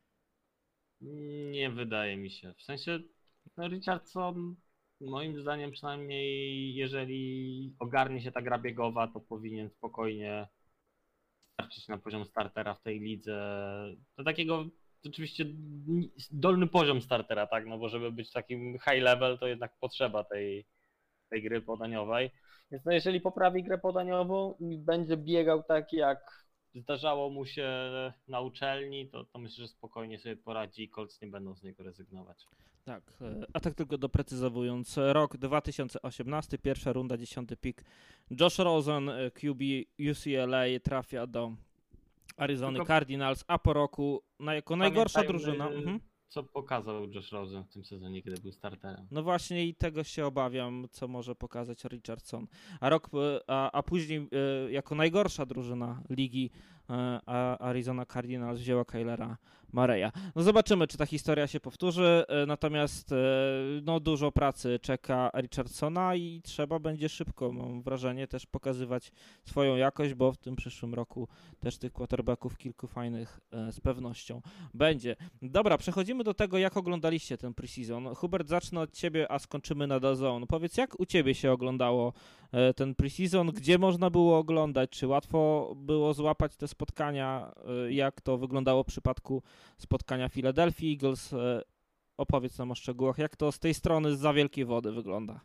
Nie wydaje mi się. W sensie, no Richardson, moim zdaniem przynajmniej, jeżeli ogarnie się ta gra biegowa, to powinien spokojnie starczyć na poziom startera w tej lidze. Do takiego oczywiście dolny poziom startera, tak? No bo żeby być takim high level, to jednak potrzeba tej gry podaniowej. Więc no jeżeli poprawi grę podaniową i będzie biegał tak jak zdarzało mu się na uczelni, to myślę, że spokojnie sobie poradzi i Colts nie będą z niego rezygnować. Tak, a tak tylko doprecyzowując, rok 2018, pierwsza runda, 10. pick. Josh Rosen, QB UCLA, trafia do Arizony Cardinals, a po roku jako najgorsza drużyna. Co pokazał Josh Rosen w tym sezonie, kiedy był starterem. No właśnie i tego się obawiam, co może pokazać Richardson. A później jako najgorsza drużyna ligi Arizona Cardinals wzięła Kylera Murraya. No zobaczymy, czy ta historia się powtórzy, natomiast no dużo pracy czeka Richardsona i trzeba będzie szybko, mam wrażenie, też pokazywać swoją jakość, bo w tym przyszłym roku też tych quarterbacków kilku fajnych z pewnością będzie. Dobra, przechodzimy do tego, jak oglądaliście ten preseason. Hubert, zacznę od ciebie, a skończymy na DAZN. Powiedz, jak u ciebie się oglądało ten preseason, gdzie można było oglądać, czy łatwo było złapać te spotkania, jak to wyglądało w przypadku spotkania Philadelphia Eagles. Opowiedz nam o szczegółach, jak to z tej strony zza wielkiej wody wygląda.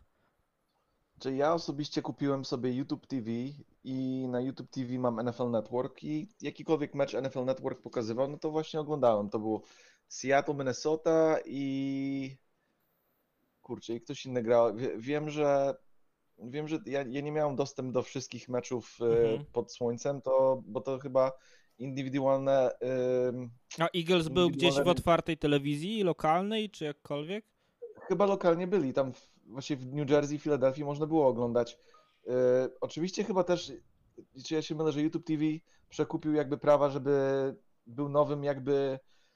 Czy ja osobiście kupiłem sobie YouTube TV i na YouTube TV mam NFL Network i jakikolwiek mecz NFL Network pokazywał, no to właśnie oglądałem. To było Seattle, Minnesota i kurczę, i ktoś inny grał. Wiem, że ja nie miałem dostępu do wszystkich meczów pod słońcem, bo to chyba indywidualne... A Eagles był gdzieś w otwartej telewizji lokalnej, czy jakkolwiek? Chyba lokalnie byli, tam właśnie w New Jersey, Filadelfii można było oglądać. Oczywiście chyba też, czy ja się mylę, że YouTube TV przekupił jakby prawa, żeby był nowym jakby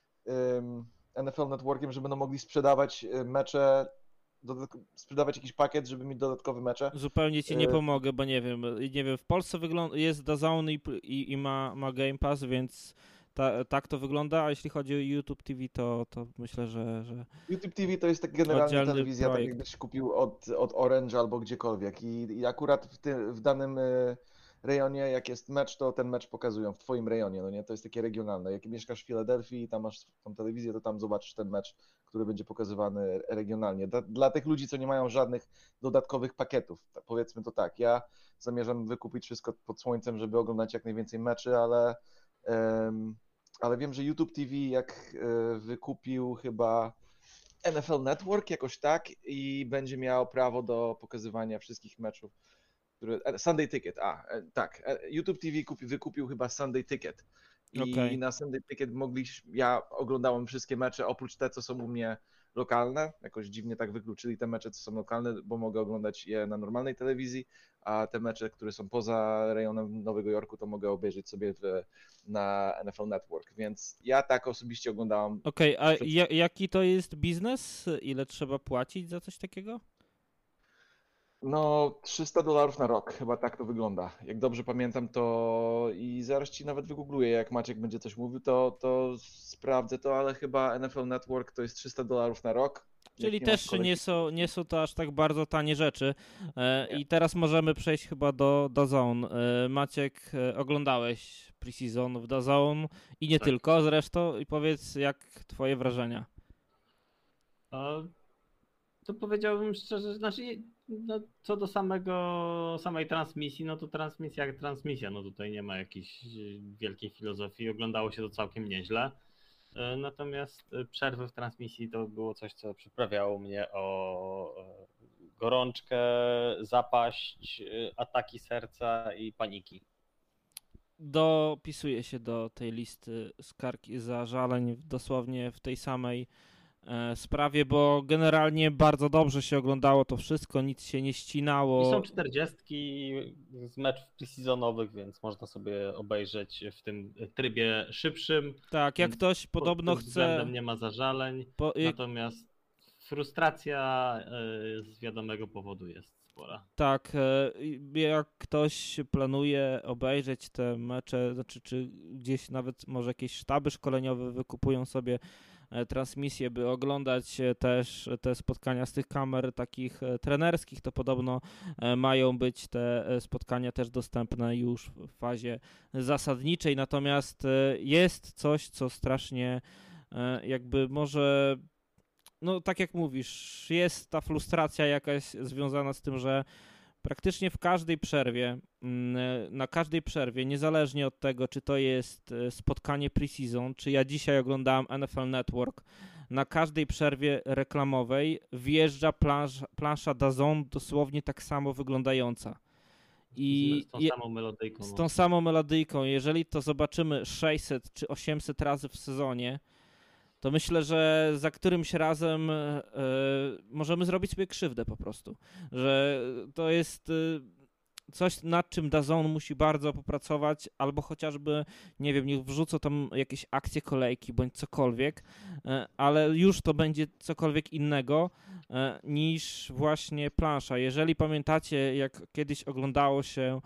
NFL Networkiem, żeby no mogli sprzedawać mecze, sprzedawać jakiś pakiet, żeby mieć dodatkowe mecze. Zupełnie ci nie pomogę, bo nie wiem, w Polsce jest DAZN i ma Game Pass, więc tak to wygląda, a jeśli chodzi o YouTube TV, to myślę, że YouTube TV to jest tak generalnie telewizja, projekt. tak jakbyś kupił od Orange albo gdziekolwiek i akurat w danym rejonie, jak jest mecz, to ten mecz pokazują w twoim rejonie, no nie? To jest takie regionalne. Jak mieszkasz w Filadelfii i tam masz tą telewizję, to tam zobaczysz ten mecz, który będzie pokazywany regionalnie. Dla tych ludzi, co nie mają żadnych dodatkowych pakietów, powiedzmy to tak, ja zamierzam wykupić wszystko pod słońcem, żeby oglądać jak najwięcej meczy, ale wiem, że YouTube TV jak wykupił chyba NFL Network jakoś tak i będzie miał prawo do pokazywania wszystkich meczów, Sunday Ticket, tak, YouTube TV wykupił chyba Sunday Ticket i na Sunday Ticket ja oglądałem wszystkie mecze, oprócz te, co są u mnie lokalne, jakoś dziwnie tak wykluczyli te mecze, co są lokalne, bo mogę oglądać je na normalnej telewizji, a te mecze, które są poza rejonem Nowego Jorku, to mogę obejrzeć sobie na NFL Network, więc ja tak osobiście oglądałem. Okej, a jaki to jest biznes? Ile trzeba płacić za coś takiego? No, $300 na rok, chyba tak to wygląda. Jak dobrze pamiętam, to i zaraz ci nawet wygoogluję, jak Maciek będzie coś mówił, to sprawdzę to, ale chyba NFL Network to jest $300 na rok. Czyli też nie są to aż tak bardzo tanie rzeczy. I teraz możemy przejść chyba do DAZN. Maciek, oglądałeś preseason w DAZN i nie tylko zresztą. I powiedz, jak twoje wrażenia? To powiedziałbym szczerze, no, co do samej transmisji, no to transmisja jak transmisja, no tutaj nie ma jakiejś wielkiej filozofii, oglądało się to całkiem nieźle. Natomiast przerwy w transmisji to było coś, co przyprawiało mnie o gorączkę, zapaść, ataki serca i paniki. Dopisuję się do tej listy skarg i zażaleń dosłownie w tej samej sprawie, bo generalnie bardzo dobrze się oglądało to wszystko, nic się nie ścinało. I są 40 z meczów preseasonowych, więc można sobie obejrzeć w tym trybie szybszym. Tak, jak Więc ktoś podobno pod tym względem chce... nie ma zażaleń, natomiast frustracja z wiadomego powodu jest spora. Tak, jak ktoś planuje obejrzeć te mecze, znaczy czy gdzieś nawet może jakieś sztaby szkoleniowe wykupują sobie transmisję, by oglądać też te spotkania z tych kamer takich trenerskich, to podobno mają być te spotkania też dostępne już w fazie zasadniczej, natomiast jest coś, co strasznie jakby może... No tak jak mówisz, jest ta frustracja jakaś związana z tym, że praktycznie w każdej przerwie, na każdej przerwie, niezależnie od tego, czy to jest spotkanie preseason, czy ja dzisiaj oglądałem NFL Network, na każdej przerwie reklamowej wjeżdża plansza DAZN dosłownie tak samo wyglądająca. I z tą samą melodyjką. Z tą samą melodyjką. Jeżeli to zobaczymy 600 czy 800 razy w sezonie, to myślę, że za którymś razem możemy zrobić sobie krzywdę po prostu. Że to jest coś, nad czym DAZN musi bardzo popracować, albo chociażby, nie wiem, niech wrzucą tam jakieś akcje kolejki, bądź cokolwiek, ale już to będzie cokolwiek innego niż właśnie plansza. Jeżeli pamiętacie, jak kiedyś oglądało się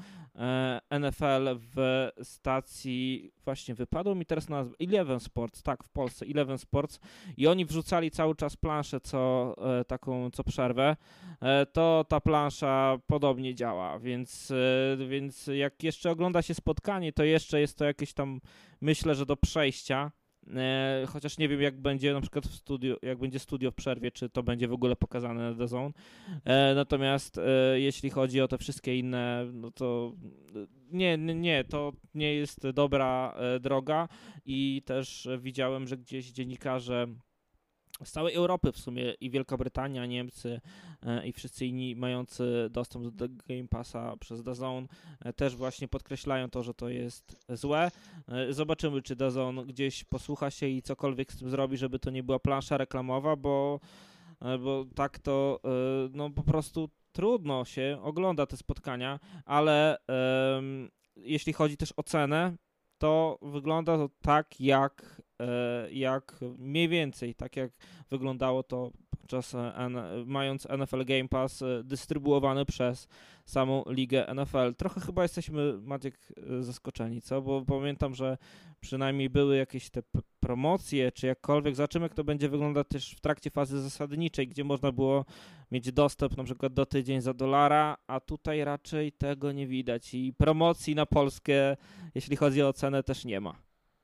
NFL w stacji, właśnie wypadło mi teraz nazwa, Eleven Sports, tak, w Polsce, Eleven Sports, i oni wrzucali cały czas planszę co przerwę, to ta plansza podobnie działa, więc jak jeszcze ogląda się spotkanie, to jeszcze jest to jakieś tam, myślę, że do przejścia, chociaż nie wiem, jak będzie na przykład w studiu, jak będzie studio w przerwie, czy to będzie w ogóle pokazane na DAZN. Natomiast jeśli chodzi o te wszystkie inne, no to nie, to nie jest dobra droga i też widziałem, że gdzieś dziennikarze z całej Europy w sumie i Wielka Brytania, Niemcy i wszyscy inni mający dostęp do Game Passa przez DAZN też właśnie podkreślają to, że to jest złe. Zobaczymy, czy DAZN gdzieś posłucha się i cokolwiek z tym zrobi, żeby to nie była plansza reklamowa, bo tak to no po prostu trudno się ogląda te spotkania, ale jeśli chodzi też o cenę, to wygląda to tak jak mniej więcej, tak jak wyglądało to podczas mając NFL Game Pass dystrybuowany przez samą ligę NFL. Trochę chyba jesteśmy, Maciek, zaskoczeni, co? Bo pamiętam, że przynajmniej były jakieś te promocje, czy jakkolwiek. Zobaczymy, jak to będzie wyglądać też w trakcie fazy zasadniczej, gdzie można było mieć dostęp na przykład do tydzień za $1, a tutaj raczej tego nie widać i promocji na Polskę, jeśli chodzi o cenę, też nie ma.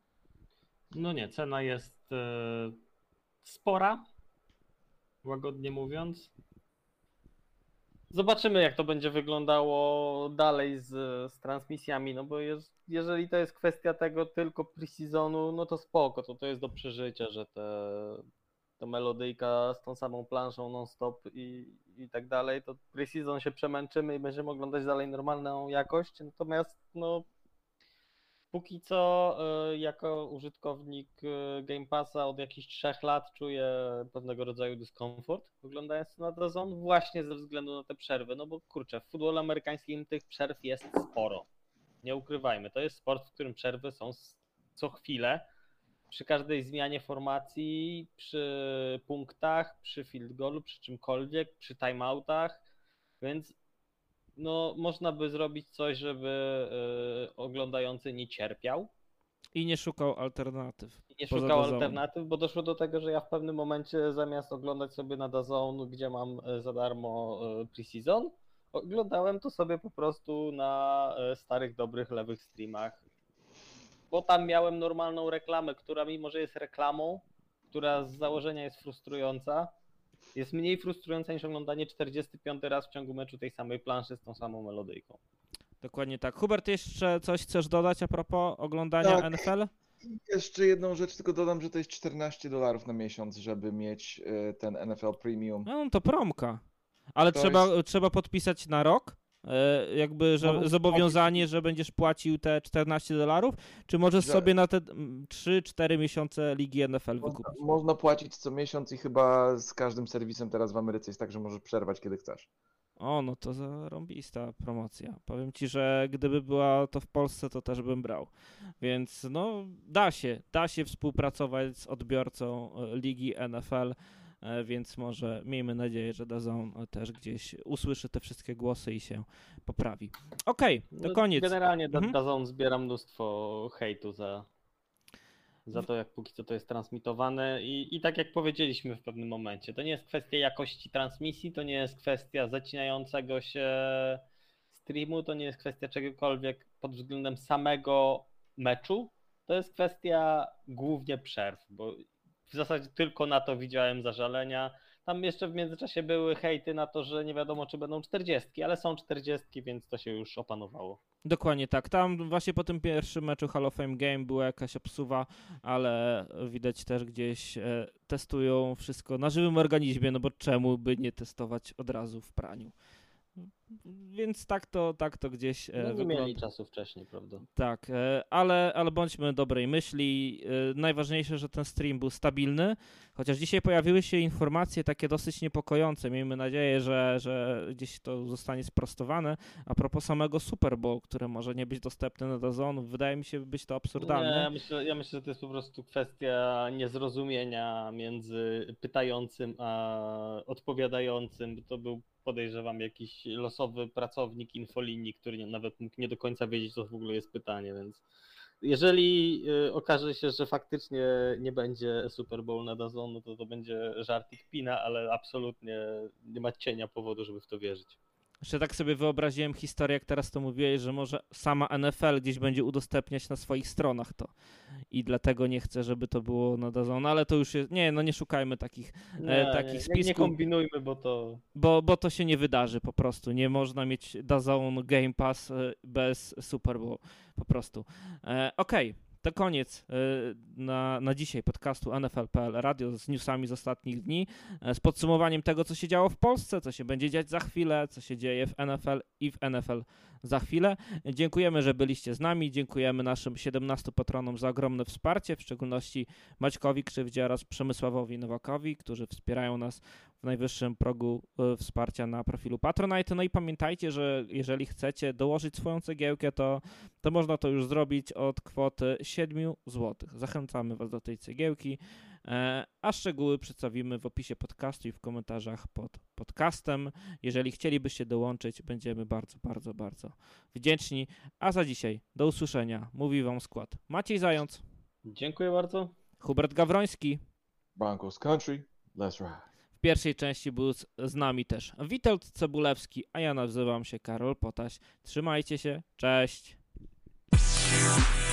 No nie, cena jest spora, łagodnie mówiąc. Zobaczymy, jak to będzie wyglądało dalej z transmisjami, no bo jeżeli to jest kwestia tego tylko pre-seasonu, no to spoko, to jest do przeżycia, że ta melodyjka z tą samą planszą non-stop i tak dalej, to pre-season się przemęczymy i będziemy oglądać dalej normalną jakość, natomiast no póki co jako użytkownik Game Passa od jakichś 3 lat czuję pewnego rodzaju dyskomfort oglądając na DAZN właśnie ze względu na te przerwy, no bo kurczę, w futbolu amerykańskim tych przerw jest sporo. Nie ukrywajmy, to jest sport, w którym przerwy są co chwilę, przy każdej zmianie formacji, przy punktach, przy field goalu, przy czymkolwiek, przy timeoutach, więc no można by zrobić coś, żeby oglądający nie cierpiał. I nie szukał alternatyw. Bo doszło do tego, że ja w pewnym momencie zamiast oglądać sobie na DAZN, gdzie mam za darmo pre-season, oglądałem to sobie po prostu na starych, dobrych, lewych streamach. Bo tam miałem normalną reklamę, która mimo, że jest reklamą, która z założenia jest frustrująca, jest mniej frustrująca niż oglądanie 45 raz w ciągu meczu tej samej planszy z tą samą melodyjką. Dokładnie tak. Hubert, jeszcze coś chcesz dodać a propos oglądania Tak. NFL? Jeszcze jedną rzecz tylko dodam, że to jest $14 na miesiąc, żeby mieć ten NFL Premium. No to promka. Ale To trzeba podpisać na rok jakby, że zobowiązanie, że będziesz płacił te $14, czy możesz sobie na te 3-4 miesiące ligi NFL wykupić? Można płacić co miesiąc i chyba z każdym serwisem teraz w Ameryce jest tak, że możesz przerwać kiedy chcesz. O, no to zarąbista promocja. Powiem ci, że gdyby była to w Polsce, to też bym brał. Więc no, da się współpracować z odbiorcą ligi NFL, więc może miejmy nadzieję, że DAZN też gdzieś usłyszy te wszystkie głosy i się poprawi. Okej, to koniec. Generalnie DAZN zbiera mnóstwo hejtu za to, jak póki co to jest transmitowane i tak jak powiedzieliśmy w pewnym momencie, to nie jest kwestia jakości transmisji, to nie jest kwestia zacinającego się streamu, to nie jest kwestia czegokolwiek pod względem samego meczu, to jest kwestia głównie przerw, bo w zasadzie tylko na to widziałem zażalenia. Tam jeszcze w międzyczasie były hejty na to, że nie wiadomo, czy będą 40, ale są 40, więc to się już opanowało. Dokładnie tak. Tam właśnie po tym pierwszym meczu Hall of Fame Game była jakaś obsuwa, ale widać też gdzieś testują wszystko na żywym organizmie, no bo czemu by nie testować od razu w praniu? Więc tak to gdzieś nie wygląda. mieli czasu wcześniej, prawda? Tak, ale bądźmy dobrej myśli. Najważniejsze, że ten stream był stabilny, chociaż dzisiaj pojawiły się informacje takie dosyć niepokojące. Miejmy nadzieję, że gdzieś to zostanie sprostowane. A propos samego Super Bowl, które może nie być dostępne na DAZN, wydaje mi się być to absurdalne. Nie, ja myślę, że to jest po prostu kwestia niezrozumienia między pytającym a odpowiadającym. To był, podejrzewam, jakiś losowy pracownik infolinii, który nawet mógł nie do końca wiedzieć, co w ogóle jest pytanie, więc jeżeli okaże się, że faktycznie nie będzie Super Bowl na DAZN, no to będzie żart i kpina, ale absolutnie nie ma cienia powodu, żeby w to wierzyć. Jeszcze tak sobie wyobraziłem historię, jak teraz to mówiłeś, że może sama NFL gdzieś będzie udostępniać na swoich stronach to i dlatego nie chcę, żeby to było na DAZN, ale to już jest, nie szukajmy takich spisków. Nie kombinujmy, bo to się nie wydarzy po prostu. Nie można mieć DAZN Game Pass bez Super Bowl, po prostu. Okej. To koniec na dzisiaj podcastu NFL.pl Radio z newsami z ostatnich dni, z podsumowaniem tego, co się działo w Polsce, co się będzie dziać za chwilę, co się dzieje w NFL i w NFL za chwilę. Dziękujemy, że byliście z nami, dziękujemy naszym 17 patronom za ogromne wsparcie, w szczególności Maćkowi Krzywdzie oraz Przemysławowi Nowakowi, którzy wspierają nas w najwyższym progu wsparcia na profilu Patronite. No i pamiętajcie, że jeżeli chcecie dołożyć swoją cegiełkę, to można to już zrobić od kwoty 7 zł. Zachęcamy Was do tej cegiełki, a szczegóły przedstawimy w opisie podcastu i w komentarzach pod podcastem. Jeżeli chcielibyście dołączyć, będziemy bardzo, bardzo, bardzo wdzięczni. A za dzisiaj do usłyszenia. Mówi Wam skład Maciej Zając. Dziękuję bardzo. Hubert Gawroński. Broncos Country, let's ride. W pierwszej części był z nami też Witold Cebulewski, a ja nazywam się Karol Potaś. Trzymajcie się, cześć!